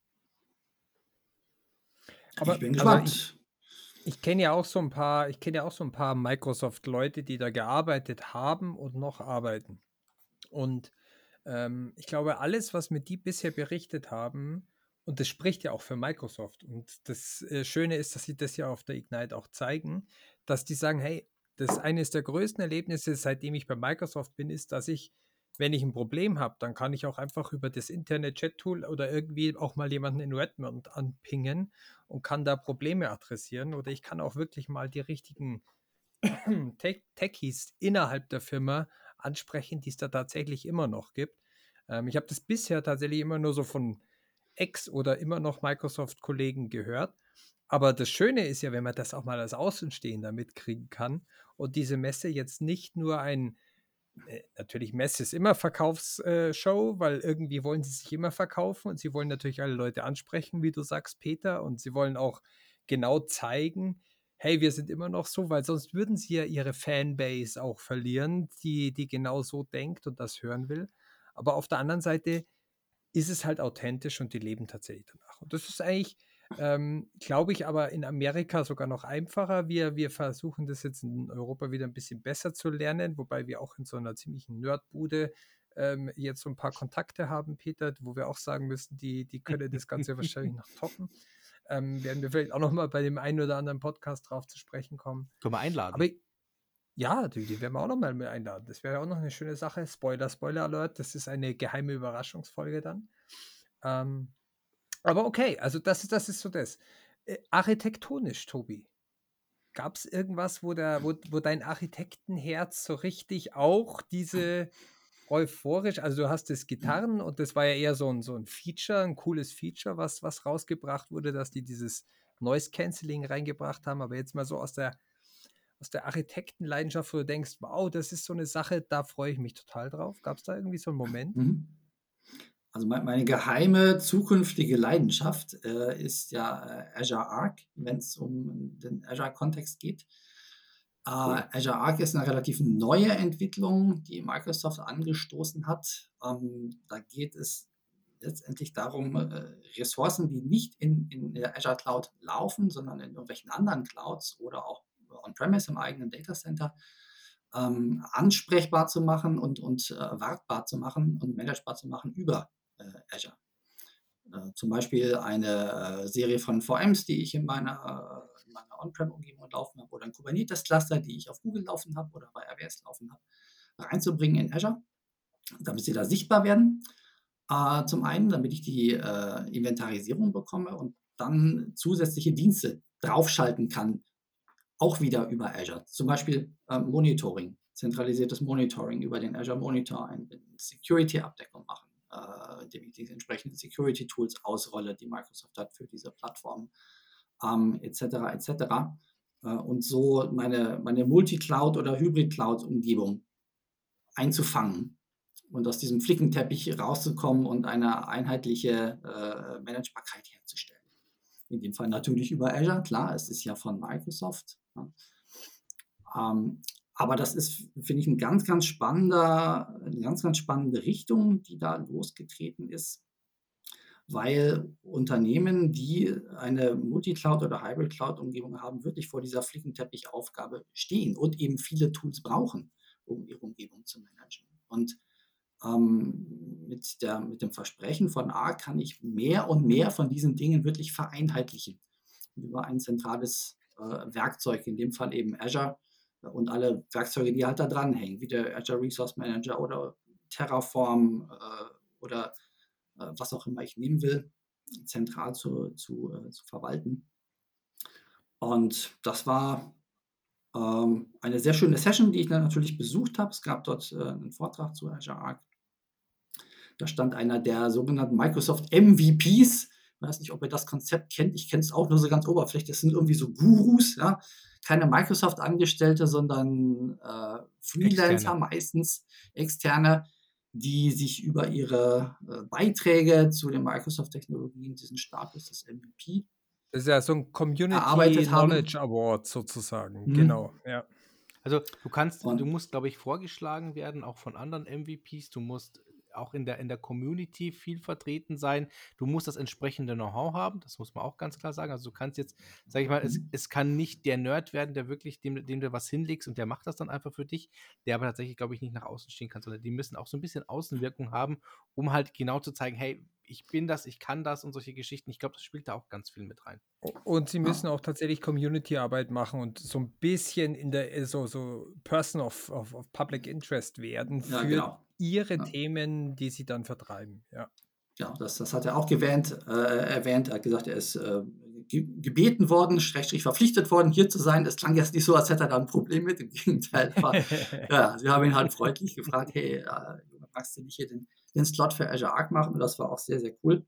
Aber Ich bin also gespannt. ich kenne ja auch so ein paar Microsoft-Leute, die da gearbeitet haben und noch arbeiten. Und ich glaube, alles, was mir die bisher berichtet haben, und das spricht ja auch für Microsoft. Und das Schöne ist, dass sie das ja auf der Ignite auch zeigen, dass die sagen, hey, das eines der größten Erlebnisse, seitdem ich bei Microsoft bin, ist, dass ich, wenn ich ein Problem habe, dann kann ich auch einfach über das interne Chat-Tool oder irgendwie auch mal jemanden in Redmond anpingen und kann da Probleme adressieren. Oder ich kann auch wirklich mal die richtigen Techies innerhalb der Firma ansprechen, die es da tatsächlich immer noch gibt. Ich habe das bisher tatsächlich immer nur so von Ex- oder immer noch Microsoft-Kollegen gehört. Aber das Schöne ist ja, wenn man das auch mal als Außenstehender mitkriegen kann und diese Messe jetzt nicht nur natürlich Messe ist immer Verkaufsshow, weil irgendwie wollen sie sich immer verkaufen und sie wollen natürlich alle Leute ansprechen, wie du sagst, Peter, und sie wollen auch genau zeigen, hey, wir sind immer noch so, weil sonst würden sie ja ihre Fanbase auch verlieren, die genau so denkt und das hören will. Aber auf der anderen Seite ist es halt authentisch und die leben tatsächlich danach. Und das ist eigentlich, glaube ich, aber in Amerika sogar noch einfacher. Wir versuchen das jetzt in Europa wieder ein bisschen besser zu lernen, wobei wir auch in so einer ziemlichen Nerdbude jetzt so ein paar Kontakte haben, Peter, wo wir auch sagen müssen, die können das Ganze wahrscheinlich noch toppen. Werden wir vielleicht auch noch mal bei dem einen oder anderen Podcast drauf zu sprechen kommen. Können wir einladen. Aber ja, die werden wir auch noch mal mit einladen. Das wäre ja auch noch eine schöne Sache. Spoiler Alert, das ist eine geheime Überraschungsfolge dann. Aber okay, also das ist so das. Architektonisch, Tobi, gab es irgendwas, wo dein Architektenherz so richtig auch diese euphorisch, also du hast das Gitarren und das war ja eher so ein Feature, ein cooles Feature, was rausgebracht wurde, dass die dieses Noise Cancelling reingebracht haben, aber jetzt mal so aus der Architektenleidenschaft, wo du denkst, wow, das ist so eine Sache, da freue ich mich total drauf. Gab es da irgendwie so einen Moment? Mhm. Also meine geheime zukünftige Leidenschaft ist ja Azure Arc, wenn es um den Azure-Kontext geht. Cool. Azure Arc ist eine relativ neue Entwicklung, die Microsoft angestoßen hat. Da geht es letztendlich darum, Ressourcen, die nicht in der Azure Cloud laufen, sondern in irgendwelchen anderen Clouds oder auch on-premise im eigenen Datacenter, ansprechbar zu machen und wartbar zu machen und managebar zu machen über Azure. Zum Beispiel eine Serie von VMs, die ich in meiner On-Prem-Umgebung laufen habe, oder ein Kubernetes-Cluster, die ich auf Google laufen habe oder bei AWS laufen habe, reinzubringen in Azure, damit sie da sichtbar werden. Zum einen, damit ich die Inventarisierung bekomme und dann zusätzliche Dienste draufschalten kann, auch wieder über Azure. Zum Beispiel Monitoring, zentralisiertes Monitoring über den Azure Monitor, eine Security-Abdeckung machen, indem ich die entsprechenden Security-Tools ausrolle, die Microsoft hat für diese Plattform, etc. etc. Und so meine Multi-Cloud- oder Hybrid-Cloud-Umgebung einzufangen und aus diesem Flickenteppich rauszukommen und eine einheitliche Managebarkeit herzustellen. In dem Fall natürlich über Azure, klar, es ist ja von Microsoft. Ja. Aber das ist, finde ich, eine ganz, ganz spannende Richtung, die da losgetreten ist, weil Unternehmen, die eine Multi-Cloud- oder Hybrid-Cloud-Umgebung haben, wirklich vor dieser Flickenteppich-Aufgabe stehen und eben viele Tools brauchen, um ihre Umgebung zu managen. Und mit dem Versprechen von Arc kann ich mehr und mehr von diesen Dingen wirklich vereinheitlichen über ein zentrales Werkzeug, in dem Fall eben Azure und alle Werkzeuge, die halt da dranhängen, wie der Azure Resource Manager oder Terraform oder was auch immer ich nehmen will, zentral zu verwalten. Und das war eine sehr schöne Session, die ich dann natürlich besucht habe. Es gab dort einen Vortrag zu Azure Arc. Da stand einer der sogenannten Microsoft MVPs. Ich weiß nicht, ob ihr das Konzept kennt. Ich kenne es auch nur so ganz oberflächlich. Das sind irgendwie so Gurus, ja. Keine Microsoft-Angestellte, sondern Freelancer Externe. meistens, Externe, die sich über ihre Beiträge zu den Microsoft-Technologien, diesen Status des MVP, Das ist ja so ein Community erarbeitet haben. Knowledge Award sozusagen. Mhm. Genau, ja. Also du Und musst, glaube ich, vorgeschlagen werden, auch von anderen MVPs. Du musst auch in der Community viel vertreten sein. Du musst das entsprechende Know-how haben, das muss man auch ganz klar sagen. Also du kannst jetzt, sage ich mal, es kann nicht der Nerd werden, der wirklich, dem du was hinlegst und der macht das dann einfach für dich, der aber tatsächlich, glaube ich, nicht nach außen stehen kann, sondern die müssen auch so ein bisschen Außenwirkung haben, um halt genau zu zeigen, hey, ich bin das, ich kann das und solche Geschichten. Ich glaube, das spielt da auch ganz viel mit rein. Und sie ja, müssen auch tatsächlich Community-Arbeit machen und so ein bisschen in der so Person of Public Interest werden ja, für genau. ihre Ja. Themen, die sie dann vertreiben. Ja. Ja, das hat er auch erwähnt. Er hat gesagt, er ist gebeten worden, schrägstrich verpflichtet worden, hier zu sein. Es klang jetzt nicht so, als hätte er da ein Problem mit. Im Gegenteil. Ja, sie haben ihn halt freundlich gefragt, hey, magst du nicht hier den Slot für Azure Arc machen? Und das war auch sehr, sehr cool.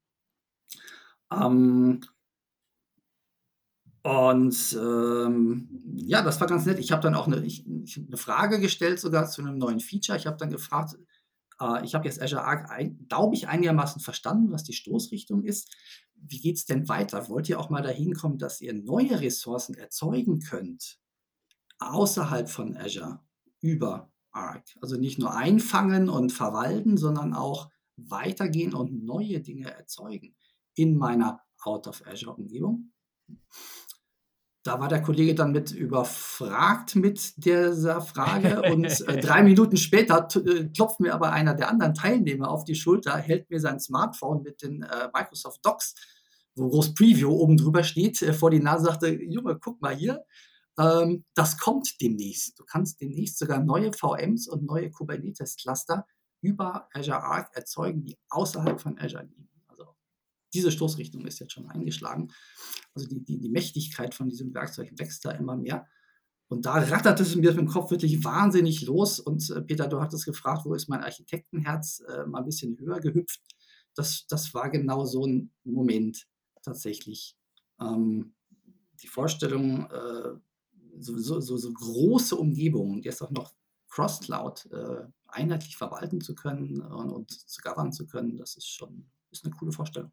Ja, das war ganz nett. Ich habe dann auch eine Frage gestellt sogar zu einem neuen Feature. Ich habe dann gefragt, ich habe jetzt Azure Arc, glaube ich, einigermaßen verstanden, was die Stoßrichtung ist. Wie geht es denn weiter? Wollt ihr auch mal dahin kommen, dass ihr neue Ressourcen erzeugen könnt, außerhalb von Azure, über Arc? Also nicht nur einfangen und verwalten, sondern auch weitergehen und neue Dinge erzeugen in meiner Out-of-Azure-Umgebung. Da war der Kollege dann mit überfragt mit dieser Frage und 3 Minuten später klopft mir aber einer der anderen Teilnehmer auf die Schulter, hält mir sein Smartphone mit den Microsoft Docs, wo groß Preview oben drüber steht, vor die Nase, sagte, Junge, guck mal hier, das kommt demnächst. Du kannst demnächst sogar neue VMs und neue Kubernetes-Cluster über Azure Arc erzeugen, die außerhalb von Azure liegen. Also diese Stoßrichtung ist jetzt schon eingeschlagen. Also die Mächtigkeit von diesem Werkzeug wächst da immer mehr. Und da rattert es mir im Kopf wirklich wahnsinnig los. Und Peter, du hattest gefragt, wo ist mein Architektenherz mal ein bisschen höher gehüpft. Das war genau so ein Moment tatsächlich. Die Vorstellung, so große Umgebungen, jetzt auch noch Cross-Cloud einheitlich verwalten zu können und zu govern zu können, das ist eine coole Vorstellung.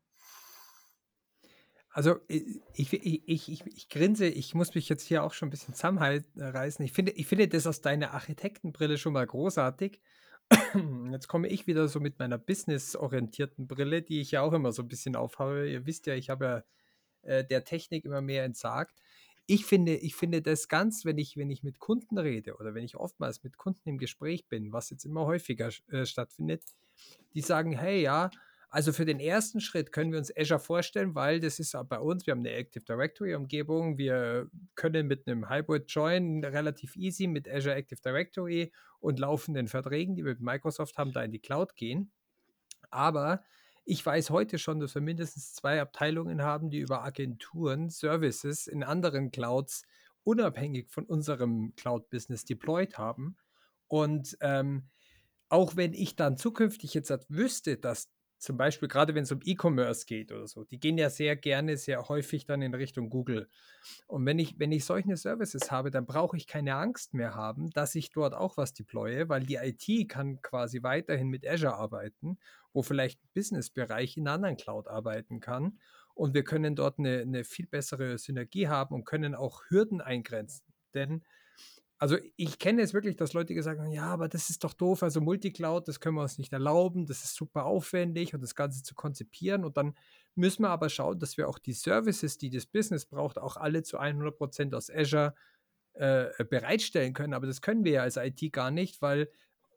Also ich grinse, ich muss mich jetzt hier auch schon ein bisschen zusammenreißen. Ich finde das aus deiner Architektenbrille schon mal großartig. Jetzt komme ich wieder so mit meiner businessorientierten Brille, die ich ja auch immer so ein bisschen aufhabe. Ihr wisst ja, ich habe ja der Technik immer mehr entsagt. Ich finde das ganz, wenn ich mit Kunden rede oder wenn ich oftmals mit Kunden im Gespräch bin, was jetzt immer häufiger stattfindet, die sagen, hey, ja, also für den ersten Schritt können wir uns Azure vorstellen, weil das ist bei uns, wir haben eine Active Directory Umgebung, wir können mit einem Hybrid Join relativ easy mit Azure Active Directory und laufenden Verträgen, die wir mit Microsoft haben, da in die Cloud gehen. Aber ich weiß heute schon, dass wir mindestens 2 Abteilungen haben, die über Agenturen Services in anderen Clouds unabhängig von unserem Cloud-Business deployed haben. Und auch wenn ich dann zukünftig jetzt wüsste, dass zum Beispiel gerade wenn es um E-Commerce geht oder so, die gehen ja sehr gerne, sehr häufig dann in Richtung Google. Und wenn ich solche Services habe, dann brauche ich keine Angst mehr haben, dass ich dort auch was deploye, weil die IT kann quasi weiterhin mit Azure arbeiten, wo vielleicht ein Businessbereich in einer anderen Cloud arbeiten kann. Und wir können dort eine viel bessere Synergie haben und können auch Hürden eingrenzen. Denn also ich kenne es wirklich, dass Leute gesagt haben, ja, aber das ist doch doof, also Multicloud, das können wir uns nicht erlauben, das ist super aufwendig und das Ganze zu konzipieren und dann müssen wir aber schauen, dass wir auch die Services, die das Business braucht, auch alle zu 100% aus Azure bereitstellen können, aber das können wir ja als IT gar nicht, weil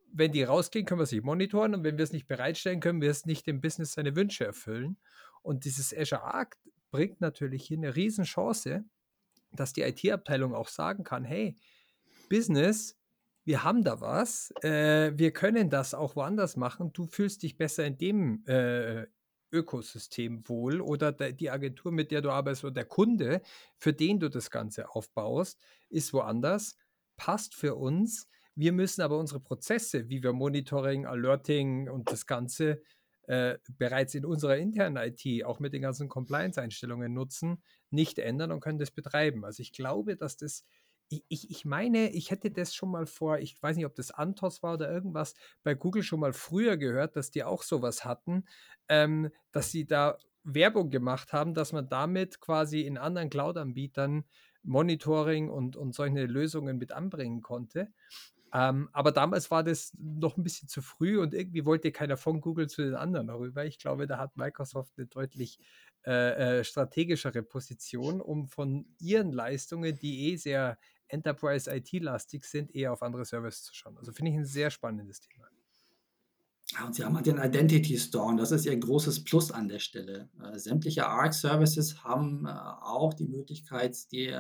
wenn die rausgehen, können wir sie monitoren und wenn wir es nicht bereitstellen, können wir es nicht dem Business seine Wünsche erfüllen. Und dieses Azure Arc bringt natürlich hier eine Riesenchance, dass die IT-Abteilung auch sagen kann, hey, Business, wir haben da was, wir können das auch woanders machen, du fühlst dich besser in dem Ökosystem wohl oder die Agentur, mit der du arbeitest oder der Kunde, für den du das Ganze aufbaust, ist woanders, passt für uns. Wir müssen aber unsere Prozesse, wie wir Monitoring, Alerting und das Ganze bereits in unserer internen IT, auch mit den ganzen Compliance-Einstellungen nutzen, nicht ändern und können das betreiben. Also ich glaube, dass das ich meine, ich hätte das schon mal vor, ich weiß nicht, ob das Antos war oder irgendwas, bei Google schon mal früher gehört, dass die auch sowas hatten, dass sie da Werbung gemacht haben, dass man damit quasi in anderen Cloud-Anbietern Monitoring und solche Lösungen mit anbringen konnte. Aber damals war das noch ein bisschen zu früh und irgendwie wollte keiner von Google zu den anderen darüber. Ich glaube, da hat Microsoft eine deutlich strategischere Position, um von ihren Leistungen, die sehr Enterprise IT-lastig sind, eher auf andere Services zu schauen. Also finde ich ein sehr spannendes Thema. Ja, und Sie haben halt den Identity Store und das ist Ihr großes Plus an der Stelle. Sämtliche Arc-Services haben auch die Möglichkeit, die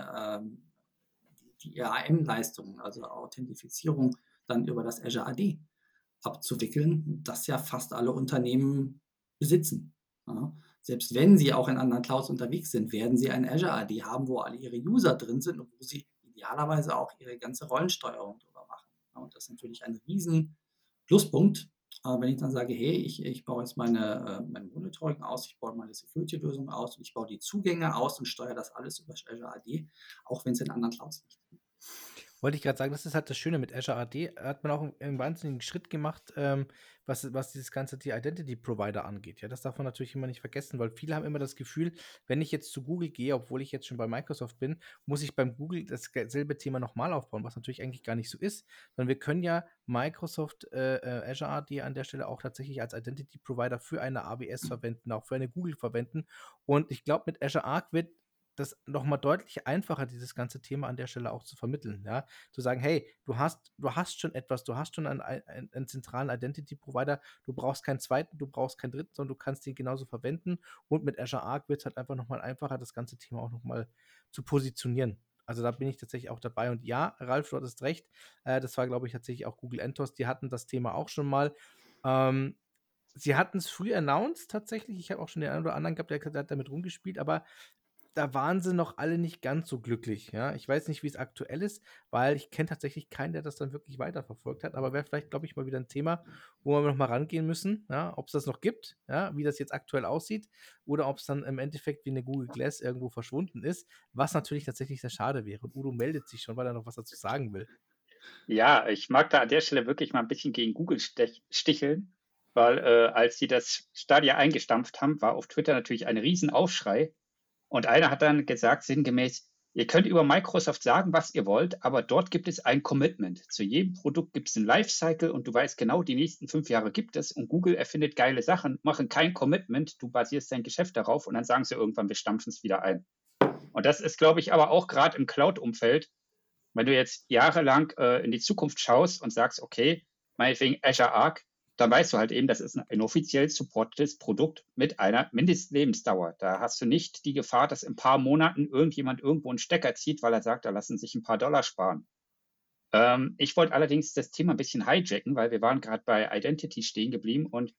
EAM-Leistungen, also Authentifizierung, dann über das Azure AD abzuwickeln, das ja fast alle Unternehmen besitzen. Ja. Selbst wenn Sie auch in anderen Clouds unterwegs sind, werden Sie ein Azure AD haben, wo alle Ihre User drin sind und wo Sie idealerweise auch Ihre ganze Rollensteuerung drüber machen. Ja, und das ist natürlich ein riesen Pluspunkt, wenn ich dann sage, hey, ich baue jetzt mein Monitoring aus, ich baue meine Security-Lösung aus und ich baue die Zugänge aus und steuere das alles über Azure AD, auch wenn es in anderen Clouds nicht ist. Wollte ich gerade sagen, das ist halt das Schöne mit Azure AD. Hat man auch einen wahnsinnigen Schritt gemacht, was dieses ganze die Identity Provider angeht. Ja, das darf man natürlich immer nicht vergessen, weil viele haben immer das Gefühl, wenn ich jetzt zu Google gehe, obwohl ich jetzt schon bei Microsoft bin, muss ich beim Google dasselbe Thema nochmal aufbauen, was natürlich eigentlich gar nicht so ist. Sondern wir können ja Microsoft Azure AD an der Stelle auch tatsächlich als Identity Provider für eine AWS verwenden, auch für eine Google verwenden. Und ich glaube, mit Azure Arc wird das nochmal deutlich einfacher, dieses ganze Thema an der Stelle auch zu vermitteln, ja, zu sagen, hey, du hast schon etwas, du hast schon einen zentralen Identity-Provider, du brauchst keinen zweiten, du brauchst keinen dritten, sondern du kannst den genauso verwenden und mit Azure Arc wird es halt einfach nochmal einfacher, das ganze Thema auch nochmal zu positionieren. Also da bin ich tatsächlich auch dabei und ja, Ralf, du hattest recht, das war, glaube ich, tatsächlich auch Google Entos, die hatten das Thema auch schon mal. Sie hatten es früh announced tatsächlich, ich habe auch schon den einen oder anderen gehabt, der hat damit rumgespielt, aber da waren sie noch alle nicht ganz so glücklich, ja. Ich weiß nicht, wie es aktuell ist, weil ich kenne tatsächlich keinen, der das dann wirklich weiterverfolgt hat, aber wäre vielleicht, glaube ich, mal wieder ein Thema, wo wir noch mal rangehen müssen, ja, ob es das noch gibt, ja, wie das jetzt aktuell aussieht oder ob es dann im Endeffekt wie eine Google Glass irgendwo verschwunden ist, was natürlich tatsächlich sehr schade wäre. Und Udo meldet sich schon, weil er noch was dazu sagen will. Ja, ich mag da an der Stelle wirklich mal ein bisschen gegen Google sticheln, weil als sie das Stadia eingestampft haben, war auf Twitter natürlich ein Riesenaufschrei. Und einer hat dann gesagt, sinngemäß, ihr könnt über Microsoft sagen, was ihr wollt, aber dort gibt es ein Commitment. Zu jedem Produkt gibt es ein Lifecycle und du weißt genau, die nächsten 5 Jahre gibt es und Google erfindet geile Sachen, machen kein Commitment, du basierst dein Geschäft darauf und dann sagen sie irgendwann, wir stampfen es wieder ein. Und das ist, glaube ich, aber auch gerade im Cloud-Umfeld, wenn du jetzt jahrelang in die Zukunft schaust und sagst, okay, meinetwegen Azure Arc, dann weißt du halt eben, das ist ein offiziell supportetes Produkt mit einer Mindestlebensdauer. Da hast du nicht die Gefahr, dass in ein paar Monaten irgendjemand irgendwo einen Stecker zieht, weil er sagt, da lassen sich ein paar Dollar sparen. Ich wollte allerdings das Thema ein bisschen hijacken, weil wir waren gerade bei Identity stehen geblieben und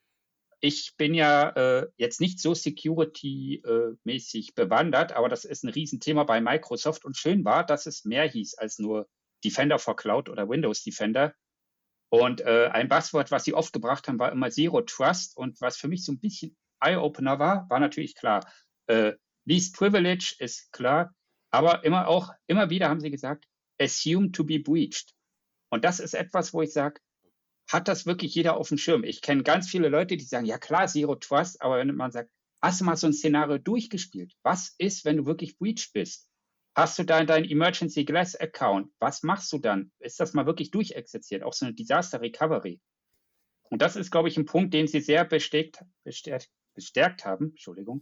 ich bin ja jetzt nicht so security-mäßig bewandert, aber das ist ein Riesenthema bei Microsoft und schön war, dass es mehr hieß als nur Defender for Cloud oder Windows Defender. Und ein Buzzword, was sie oft gebracht haben, war immer Zero Trust. Und was für mich so ein bisschen Eye-Opener war natürlich klar. Least Privilege ist klar, aber immer wieder haben sie gesagt, assume to be breached. Und das ist etwas, wo ich sage, hat das wirklich jeder auf dem Schirm? Ich kenne ganz viele Leute, die sagen, ja klar, Zero Trust, aber wenn man sagt, hast du mal so ein Szenario durchgespielt? Was ist, wenn du wirklich breached bist? Hast du da deinen Emergency Glass Account? Was machst du dann? Ist das mal wirklich durchexerziert? Auch so eine Disaster Recovery. Und das ist, glaube ich, ein Punkt, den sie sehr bestärkt haben, Entschuldigung,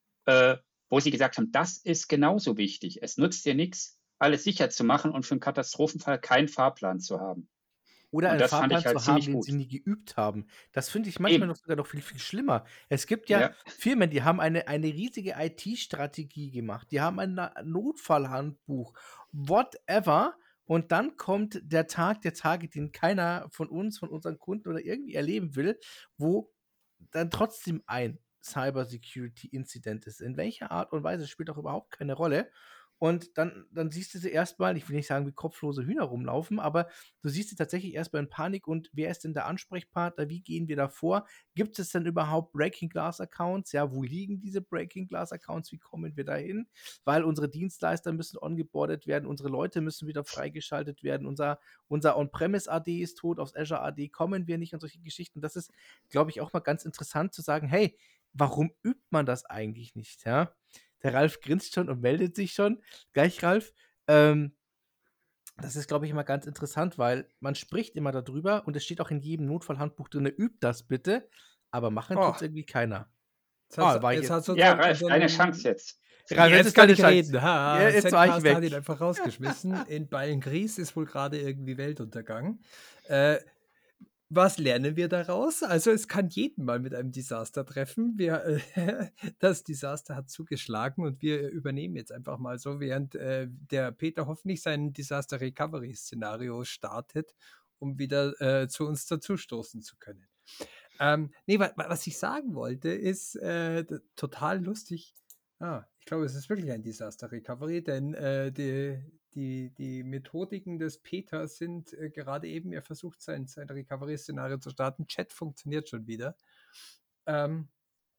wo sie gesagt haben, das ist genauso wichtig. Es nützt dir nichts, alles sicher zu machen und für einen Katastrophenfall keinen Fahrplan zu haben. oder Und einen das fand Fahrplan ich halt zu haben, ziemlich den sie gut. nie geübt haben. Das finde ich manchmal Eben. noch sogar noch viel, viel schlimmer. Es gibt ja Ja. Firmen, die haben eine riesige IT-Strategie gemacht. Die haben ein Notfallhandbuch, whatever. Und dann kommt der Tag der Tage, den keiner von uns, von unseren Kunden oder irgendwie erleben will, wo dann trotzdem ein Cyber-Security-Incident ist. In welcher Art und Weise spielt auch überhaupt keine Rolle. Und dann siehst du sie erstmal, ich will nicht sagen, wie kopflose Hühner rumlaufen, aber du siehst sie tatsächlich erstmal in Panik und wer ist denn der Ansprechpartner? Wie gehen wir da vor? Gibt es denn überhaupt Breaking Glass Accounts? Ja, wo liegen diese Breaking Glass Accounts? Wie kommen wir da hin? Weil unsere Dienstleister müssen ongeboardet werden, unsere Leute müssen wieder freigeschaltet werden, unser On-Premise AD ist tot, aufs Azure AD kommen wir nicht und solche Geschichten. Das ist, glaube ich, auch mal ganz interessant zu sagen, hey, warum übt man das eigentlich nicht? Ja? Der Ralf grinst schon und meldet sich schon. Gleich, Ralf. Das ist, glaube ich, immer ganz interessant, weil man spricht immer darüber und es steht auch in jedem Notfallhandbuch drin, übt das bitte, aber machen Oh, tut es irgendwie keiner. jetzt War ich jetzt jetzt. hat's Ja, unseren, Ralf, deine Chance unseren jetzt. Ralf, jetzt Jetzt ist kann deine ich Chance. reden. Ja, jetzt war ich Zencast hat ihn weg. einfach rausgeschmissen. In Beilngries ist wohl gerade irgendwie Weltuntergang. Äh, Was lernen wir daraus? Also es kann jeden mal mit einem Desaster treffen. Das Desaster hat zugeschlagen und wir übernehmen jetzt einfach mal so, während der Peter hoffentlich sein Disaster Recovery Szenario startet, um wieder zu uns dazustoßen zu können. Nee, was ich sagen wollte, ist total lustig. Ich glaube, es ist wirklich ein Disaster Recovery, denn die Methodiken des Peter sind gerade eben, er versucht sein Recovery-Szenario zu starten. Chat funktioniert schon wieder. Ähm,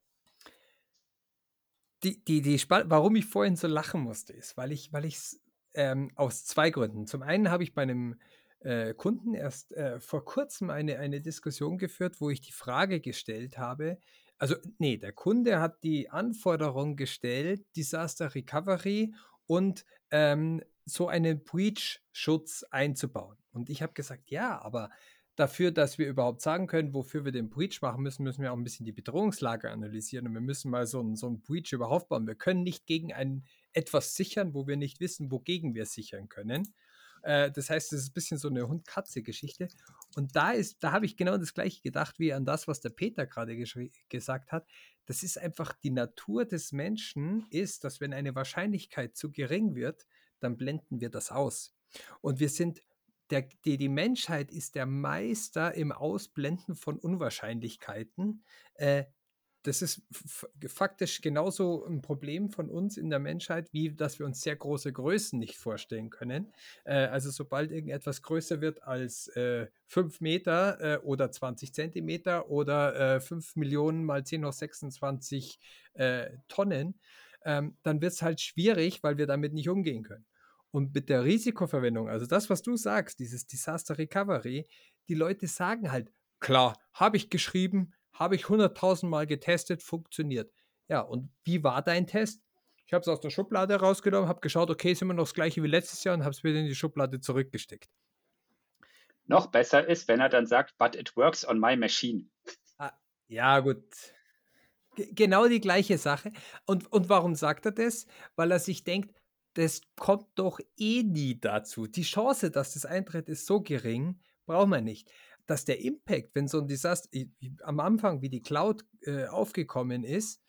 warum ich vorhin so lachen musste, ist, weil ich es aus zwei Gründen. Zum einen habe ich bei einem Kunden erst vor kurzem eine Diskussion geführt, wo ich die Frage gestellt habe, also nee, der Kunde hat die Anforderung gestellt, Disaster Recovery und so einen Breach-Schutz einzubauen. Und ich habe gesagt, ja, aber dafür, dass wir überhaupt sagen können, wofür wir den Breach machen müssen, müssen wir auch ein bisschen die Bedrohungslage analysieren und wir müssen mal so einen Breach überhaupt bauen. Wir können nicht gegen etwas sichern, wo wir nicht wissen, wogegen wir sichern können. Das heißt, es ist ein bisschen so eine Hund-Katze-Geschichte. Und da habe ich genau das Gleiche gedacht, wie an das, was der Peter gerade gesagt hat. Das ist einfach die Natur des Menschen, ist, dass wenn eine Wahrscheinlichkeit zu gering wird, dann blenden wir das aus. Und wir sind die Menschheit ist der Meister im Ausblenden von Unwahrscheinlichkeiten. Das ist faktisch genauso ein Problem von uns in der Menschheit, wie dass wir uns sehr große Größen nicht vorstellen können. Also sobald irgendetwas größer wird als 5 Meter oder 20 Zentimeter oder 5 Millionen mal 10 hoch 26 Tonnen, dann wird es halt schwierig, weil wir damit nicht umgehen können. Und mit der Risikoverwendung, also das, was du sagst, dieses Disaster Recovery, die Leute sagen halt, klar, habe ich geschrieben, habe ich 100.000 Mal getestet, funktioniert. Ja, und wie war dein Test? Ich habe es aus der Schublade rausgenommen, habe geschaut, okay, ist immer noch das gleiche wie letztes Jahr und habe es wieder in die Schublade zurückgesteckt. Noch besser ist, wenn er dann sagt, but it works on my machine. Ja, gut. Genau die gleiche Sache. Und warum sagt er das? Weil er sich denkt, das kommt doch eh nie dazu. Die Chance, dass das eintritt, ist so gering, braucht man nicht. Dass der Impact, wenn so ein Desaster, am Anfang, wie die Cloud aufgekommen ist,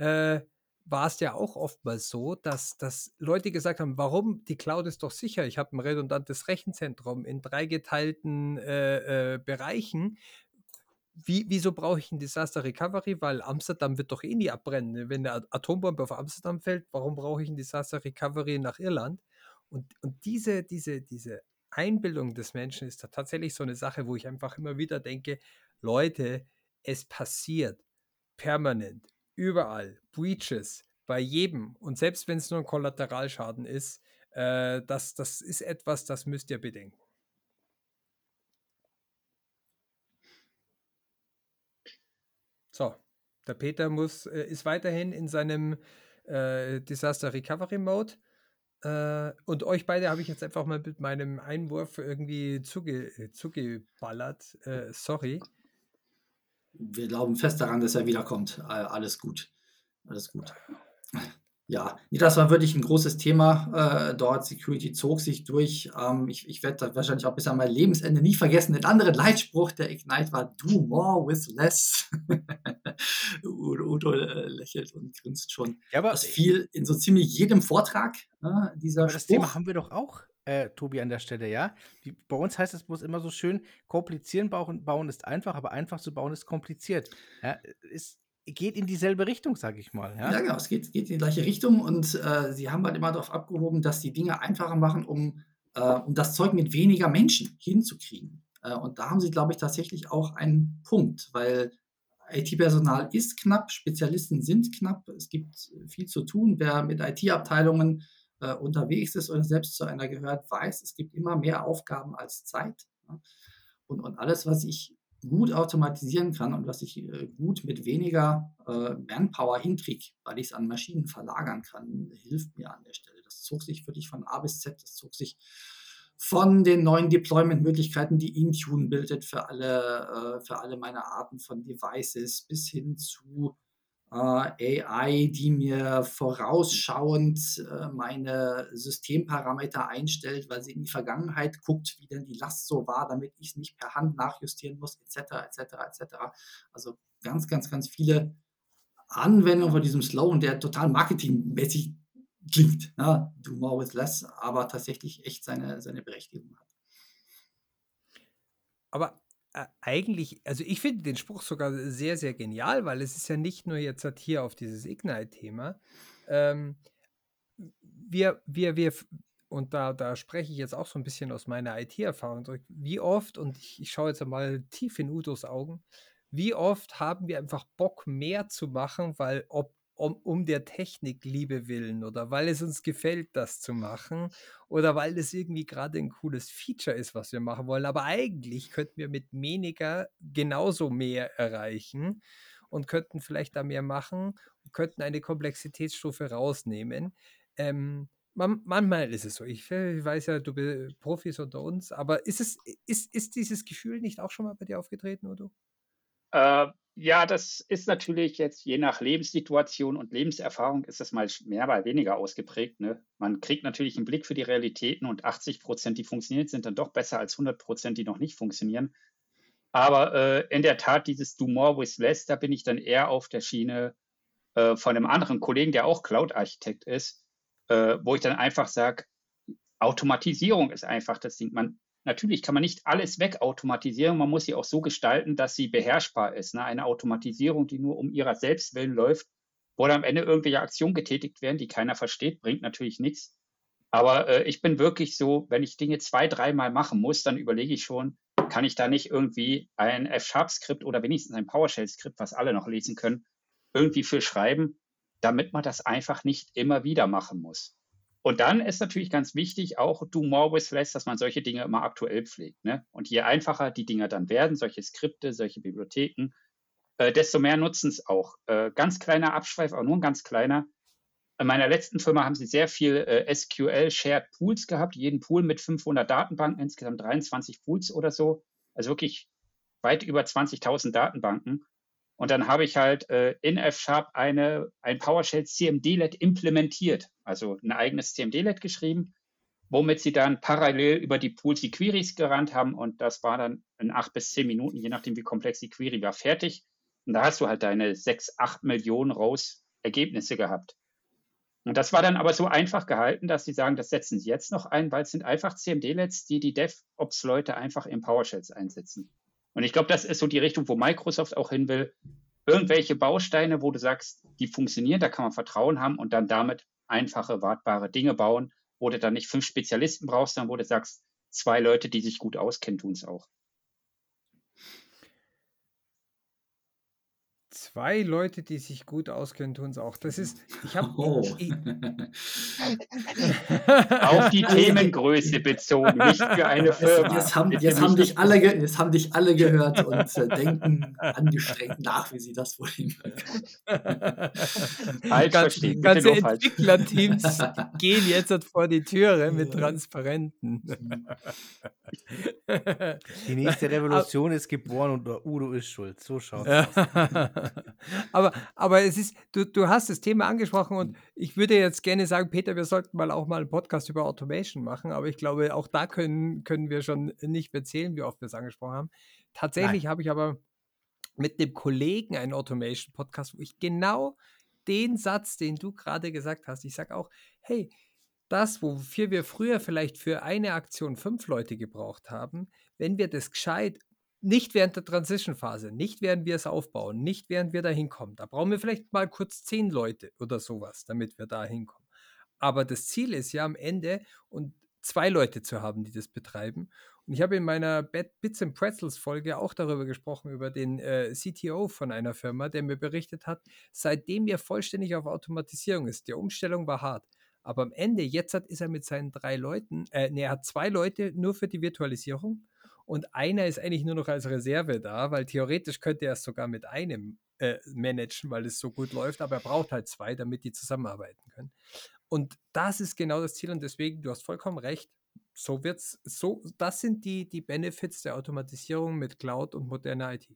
war es ja auch oftmals so, dass Leute gesagt haben, warum? Die Cloud ist doch sicher. Ich habe ein redundantes Rechenzentrum in 3 geteilten Bereichen. Wieso brauche ich ein Disaster Recovery? Weil Amsterdam wird doch eh nie abbrennen. Wenn eine Atombombe auf Amsterdam fällt, warum brauche ich ein Disaster Recovery nach Irland? Und diese Einbildung des Menschen ist da tatsächlich so eine Sache, wo ich einfach immer wieder denke, Leute, es passiert permanent, überall, Breaches, bei jedem. Und selbst wenn es nur ein Kollateralschaden ist, das ist etwas, das müsst ihr bedenken. So, der Peter ist weiterhin in seinem Disaster Recovery Mode. Und euch beide habe ich jetzt einfach mal mit meinem Einwurf irgendwie zugeballert. Sorry. Wir glauben fest daran, dass er wiederkommt. Alles gut. Alles gut. Ja, nee, das war wirklich ein großes Thema dort. Security zog sich durch. Ich werde da wahrscheinlich auch bis an mein Lebensende nie vergessen. Den anderen Leitspruch der Ignite war Do more with less. Udo lächelt und grinst schon. Ja, Das fiel in so ziemlich jedem Vortrag, dieser aber das Thema Spruch. haben wir doch auch, Tobi, an der Stelle, ja? Bei uns heißt es bloß immer so schön, komplizieren bauen ist einfach, aber einfach zu bauen ist kompliziert. Ja, es geht in dieselbe Richtung, sage ich mal, Ja, ja? genau, es geht in die gleiche Richtung und sie haben halt immer darauf abgehoben, dass die Dinge einfacher machen, um das Zeug mit weniger Menschen hinzukriegen. Und da haben sie, glaube ich, tatsächlich auch einen Punkt, weil IT-Personal ist knapp, Spezialisten sind knapp, es gibt viel zu tun. Wer mit IT-Abteilungen unterwegs ist oder selbst zu einer gehört, weiß, es gibt immer mehr Aufgaben als Zeit. Ne? Und alles, was ich gut automatisieren kann und was ich gut mit weniger Manpower hinkriege, weil ich es an Maschinen verlagern kann, hilft mir an der Stelle. Das zog sich wirklich von A bis Z, das zog sich von den neuen Deployment-Möglichkeiten, die Intune bildet für alle meine Arten von Devices, bis hin zu AI, die mir vorausschauend meine Systemparameter einstellt, weil sie in die Vergangenheit guckt, wie denn die Last so war, damit ich es nicht per Hand nachjustieren muss, etc., etc., etc. Also ganz, ganz, ganz viele Anwendungen von diesem Slogan, der total marketingmäßig klingt. Ja, do more with less, aber tatsächlich echt seine Berechtigung hat. Aber eigentlich, also ich finde den Spruch sogar sehr, sehr genial, weil es ist ja nicht nur jetzt halt hier auf dieses Ignite-Thema. Und da spreche ich jetzt auch so ein bisschen aus meiner IT-Erfahrung zurück. Wie oft, und ich schaue jetzt mal tief in Udos Augen, wie oft haben wir einfach Bock, mehr zu machen, weil um der Technikliebe willen oder weil es uns gefällt, das zu machen oder weil es irgendwie gerade ein cooles Feature ist, was wir machen wollen. Aber eigentlich könnten wir mit weniger genauso mehr erreichen und könnten vielleicht da mehr machen und könnten eine Komplexitätsstufe rausnehmen. Manchmal ist es so. Ich weiß ja, du bist Profis unter uns, aber ist dieses Gefühl nicht auch schon mal bei dir aufgetreten, Udo? Ja, das ist natürlich jetzt je nach Lebenssituation und Lebenserfahrung ist das mal mehr, mal weniger ausgeprägt. Ne? Man kriegt natürlich einen Blick für die Realitäten und 80%, die funktionieren, sind dann doch besser als 100%, die noch nicht funktionieren. Aber in der Tat, dieses Do more with less, da bin ich dann eher auf der Schiene von einem anderen Kollegen, der auch Cloud-Architekt ist, wo ich dann einfach sage, Automatisierung ist einfach das Ding. Natürlich kann man nicht alles wegautomatisieren, man muss sie auch so gestalten, dass sie beherrschbar ist. Ne? Eine Automatisierung, die nur um ihrer selbst willen läuft, wo dann am Ende irgendwelche Aktionen getätigt werden, die keiner versteht, bringt natürlich nichts. Aber ich bin wirklich so, wenn ich Dinge 2-3 Mal machen muss, dann überlege ich schon, kann ich da nicht irgendwie ein F#-Skript oder wenigstens ein PowerShell-Skript, was alle noch lesen können, irgendwie für schreiben, damit man das einfach nicht immer wieder machen muss. Und dann ist natürlich ganz wichtig auch do more with less, dass man solche Dinge immer aktuell pflegt. Ne? Und je einfacher die Dinge dann werden, solche Skripte, solche Bibliotheken, desto mehr nutzen es auch. Ganz kleiner Abschweif, auch nur ein ganz kleiner. In meiner letzten Firma haben sie sehr viel SQL Shared Pools gehabt, jeden Pool mit 500 Datenbanken, insgesamt 23 Pools oder so. Also wirklich weit über 20.000 Datenbanken. Und dann habe ich halt in F# ein PowerShell CMD-Let implementiert, also ein eigenes CMD-Let geschrieben, womit sie dann parallel über die Pools die Queries gerannt haben. Und das war dann in 8 bis 10 Minuten, je nachdem, wie komplex die Query war, fertig. Und da hast du halt deine 6-8 Millionen Rows Ergebnisse gehabt. Und das war dann aber so einfach gehalten, dass sie sagen, das setzen sie jetzt noch ein, weil es sind einfach CMD-Lets, die DevOps-Leute einfach in PowerShells einsetzen. Und ich glaube, das ist so die Richtung, wo Microsoft auch hin will. Irgendwelche Bausteine, wo du sagst, die funktionieren, da kann man Vertrauen haben und dann damit einfache, wartbare Dinge bauen, wo du dann nicht 5 Spezialisten brauchst, sondern wo du sagst, 2 Leute, die sich gut auskennen, tun es auch. 2 Leute, die sich gut auskennen, tun es auch. Das ist, ich habe auf die Themengröße bezogen, nicht für eine Firma. Jetzt haben dich alle gehört und denken angestrengt nach, wie sie das wohl hinbekommen. Falsch verstehen. Ganze Entwicklerteams gehen jetzt vor die Türe mit Transparenten. Die nächste Revolution ist geboren und Udo ist schuld. So schaut es aus. Aber es ist, du hast das Thema angesprochen und ich würde jetzt gerne sagen, Peter, wir sollten auch mal einen Podcast über Automation machen, aber ich glaube, auch da können wir schon nicht mehr zählen, wie oft wir es angesprochen haben. Tatsächlich Nein. habe ich aber mit dem Kollegen einen Automation-Podcast, wo ich genau den Satz, den du gerade gesagt hast, ich sage auch, hey, das, wofür wir früher vielleicht für eine Aktion 5 Leute gebraucht haben, wenn wir das gescheit, nicht während der Transition-Phase, nicht während wir es aufbauen, nicht während wir da hinkommen, da brauchen wir vielleicht mal kurz 10 Leute oder sowas, damit wir da hinkommen. Aber das Ziel ist ja am Ende, und 2 Leute zu haben, die das betreiben. Und ich habe in meiner Bits and Pretzels Folge auch darüber gesprochen, über den CTO von einer Firma, der mir berichtet hat, seitdem er vollständig auf Automatisierung ist. Die Umstellung war hart. Aber am Ende, ist er mit seinen 3 Leuten, er hat 2 Leute nur für die Virtualisierung und einer ist eigentlich nur noch als Reserve da, weil theoretisch könnte er es sogar mit einem managen, weil es so gut läuft, aber er braucht halt 2, damit die zusammenarbeiten können. Und das ist genau das Ziel und deswegen, du hast vollkommen recht, das sind die Benefits der Automatisierung mit Cloud und moderner IT.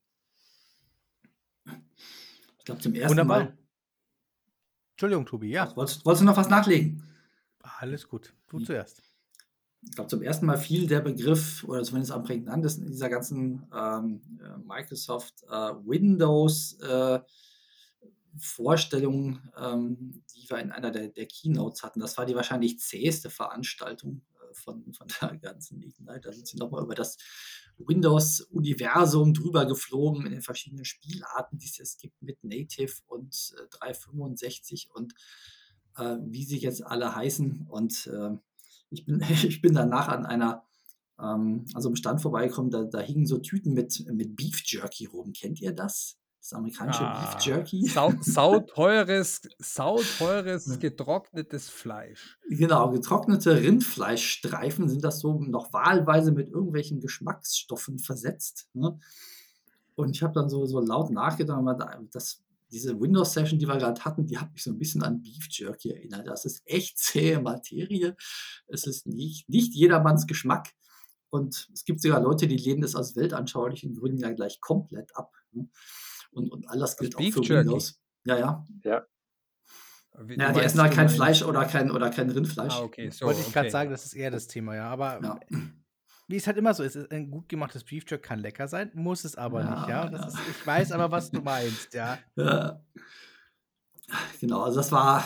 Ich glaube, zum ersten Wunderbar. Mal. Entschuldigung, Tobi, ja. Wolltest du noch was nachlegen? Alles gut. Du zuerst. Ich glaube, zum ersten Mal fiel der Begriff, oder zumindest am prägnantesten in dieser ganzen Microsoft Windows Vorstellung, die wir in einer der Keynotes hatten. Das war die wahrscheinlich zäheste Veranstaltung von der ganzen Ignite. Da sind sie nochmal über das Windows-Universum drüber geflogen in den verschiedenen Spielarten, die es jetzt gibt mit Native und 365 und wie sie jetzt alle heißen. Und ich bin danach an einem Stand vorbeigekommen, da hingen so Tüten mit Beef Jerky rum. Kennt ihr das? Das amerikanische Beef Jerky? Sauteures getrocknetes Fleisch. Genau, getrocknete Rindfleischstreifen sind das so noch wahlweise mit irgendwelchen Geschmacksstoffen versetzt. Ne? Und ich habe dann so laut nachgedacht, diese Windows-Session, die wir gerade hatten, die hat mich so ein bisschen an Beef Jerky erinnert. Das ist echt zähe Materie. Es ist nicht jedermanns Geschmack. Und es gibt sogar Leute, die lehnen das aus weltanschaulichen Gründen ja gleich komplett ab. Ne? Und all das gilt auch für Windows. Ja. Ja. Die essen halt kein Fleisch oder kein Rindfleisch. Okay, so. Wollte ich gerade sagen, das ist eher das Thema, ja. Aber Ja. wie es halt immer so ist, ein gut gemachtes Beef Jerky kann lecker sein, muss es aber nicht, ja. Ja. Ich weiß aber, was du meinst, ja. Ja. Genau, also das war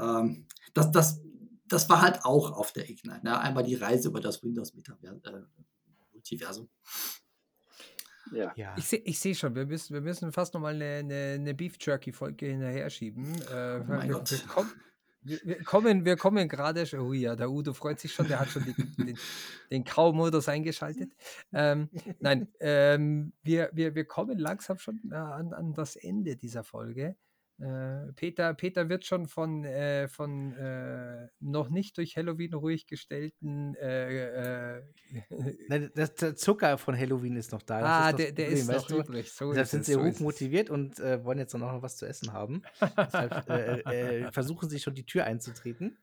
das war halt auch auf der Ignite. Ne? Einmal die Reise über das Windows-Multiversum. Ja. Ich sehe schon, wir müssen fast nochmal eine Beef Jerky-Folge hinterher schieben. Mein Gott. Wir kommen gerade schon. Oh ja, der Udo freut sich schon, der hat schon den Kaumodus eingeschaltet. Nein, wir kommen langsam schon an das Ende dieser Folge. Peter wird schon von noch nicht durch Halloween ruhig gestellten Der Zucker von Halloween ist noch da. Das der ist noch übrig. Deshalb sind sie hoch motiviert und wollen jetzt noch was zu essen haben. Deshalb versuchen sie schon die Tür einzutreten.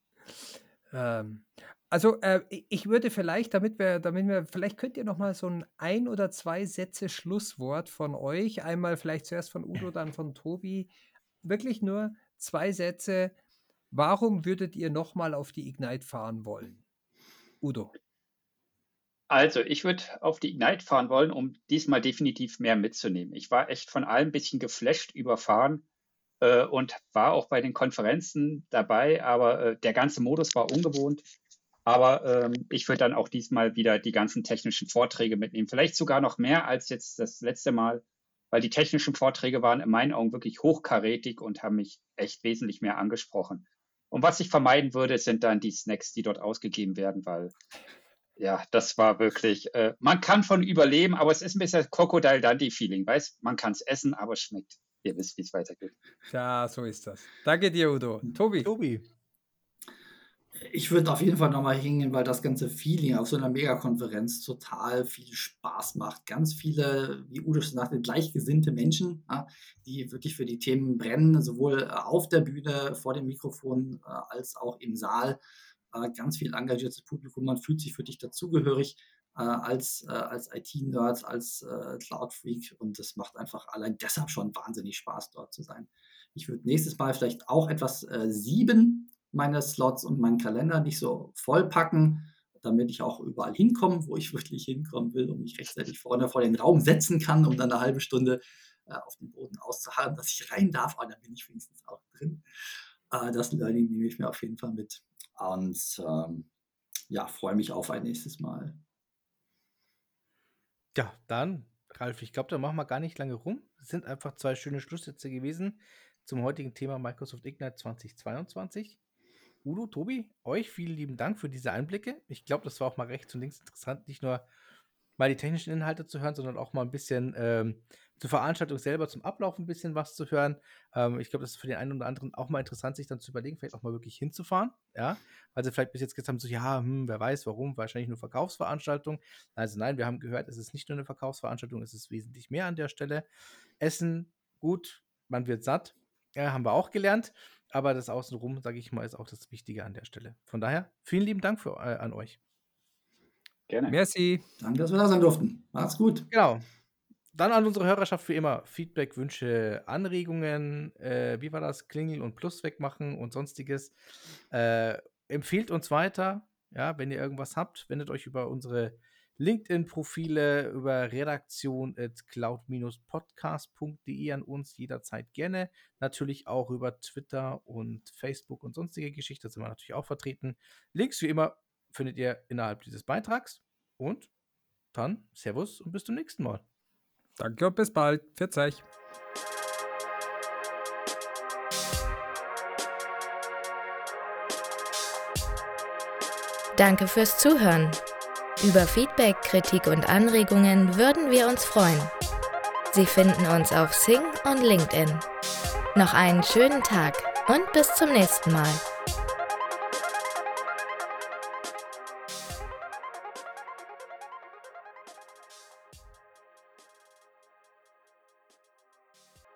Also ich würde vielleicht, damit wir, vielleicht könnt ihr noch mal so ein oder 2 Sätze Schlusswort von euch, einmal vielleicht zuerst von Udo, dann von Tobi, wirklich nur 2 Sätze. Warum würdet ihr noch mal auf die Ignite fahren wollen? Udo. Also, ich würde auf die Ignite fahren wollen, um diesmal definitiv mehr mitzunehmen. Ich war echt von allem ein bisschen geflasht, überfahren und war auch bei den Konferenzen dabei, aber der ganze Modus war ungewohnt. Aber ich würde dann auch diesmal wieder die ganzen technischen Vorträge mitnehmen. Vielleicht sogar noch mehr als jetzt das letzte Mal, weil die technischen Vorträge waren in meinen Augen wirklich hochkarätig und haben mich echt wesentlich mehr angesprochen. Und was ich vermeiden würde, sind dann die Snacks, die dort ausgegeben werden, weil ja, das war wirklich, man kann von überleben, aber es ist ein bisschen Crocodile Dundee-Feeling, weißt, man kann es essen, aber es schmeckt. Ihr wisst, wie es weitergeht. Ja, so ist das. Danke dir, Udo. Tobi. Ich würde auf jeden Fall nochmal hingehen, weil das ganze Feeling auf so einer Megakonferenz total viel Spaß macht. Ganz viele, wie Udo schon sagte, gleichgesinnte Menschen, ja, die wirklich für die Themen brennen, sowohl auf der Bühne, vor dem Mikrofon, als auch im Saal. Ganz viel engagiertes Publikum, man fühlt sich für dich dazugehörig. als IT-Nerd, als Cloud-Freak. Und das macht einfach allein deshalb schon wahnsinnig Spaß, dort zu sein. Ich würde nächstes Mal vielleicht auch etwas 7 meine Slots und meinen Kalender nicht so vollpacken, damit ich auch überall hinkomme, wo ich wirklich hinkommen will und mich rechtzeitig vorne vor den Raum setzen kann, um dann eine halbe Stunde auf dem Boden auszuharren, dass ich rein darf. Aber dann bin ich wenigstens auch drin. Das Learning nehme ich mir auf jeden Fall mit. Und freue mich auf ein nächstes Mal. Ja, dann, Ralf, ich glaube, da machen wir gar nicht lange rum. Es sind einfach 2 schöne Schlusssätze gewesen zum heutigen Thema Microsoft Ignite 2022. Udo, Tobi, euch vielen lieben Dank für diese Einblicke. Ich glaube, das war auch mal rechts und links interessant, nicht nur mal die technischen Inhalte zu hören, sondern auch mal ein bisschen zur Veranstaltung selber, zum Ablauf ein bisschen was zu hören. Ich glaube, das ist für den einen oder anderen auch mal interessant, sich dann zu überlegen, vielleicht auch mal wirklich hinzufahren. Ja, weil sie vielleicht bis jetzt gesagt haben, so, ja, wer weiß, warum, wahrscheinlich nur Verkaufsveranstaltung. Also nein, wir haben gehört, es ist nicht nur eine Verkaufsveranstaltung, es ist wesentlich mehr an der Stelle. Essen, gut, man wird satt, haben wir auch gelernt. Aber das Außenrum, sage ich mal, ist auch das Wichtige an der Stelle. Von daher, vielen lieben Dank an euch. Gerne. Merci. Danke, dass wir da sein durften. Macht's gut. Genau. Dann an unsere Hörerschaft wie immer Feedback, Wünsche, Anregungen, wie war das, Klingel und Plus wegmachen und sonstiges. Empfehlt uns weiter, ja, wenn ihr irgendwas habt, wendet euch über unsere LinkedIn-Profile, über redaktion@cloud-podcast.de an uns jederzeit gerne. Natürlich auch über Twitter und Facebook und sonstige Geschichten, da sind wir natürlich auch vertreten. Links wie immer findet ihr innerhalb dieses Beitrags. Und dann Servus und bis zum nächsten Mal. Danke und bis bald. Pfiat euch. Danke fürs Zuhören. Über Feedback, Kritik und Anregungen würden wir uns freuen. Sie finden uns auf Xing und LinkedIn. Noch einen schönen Tag und bis zum nächsten Mal.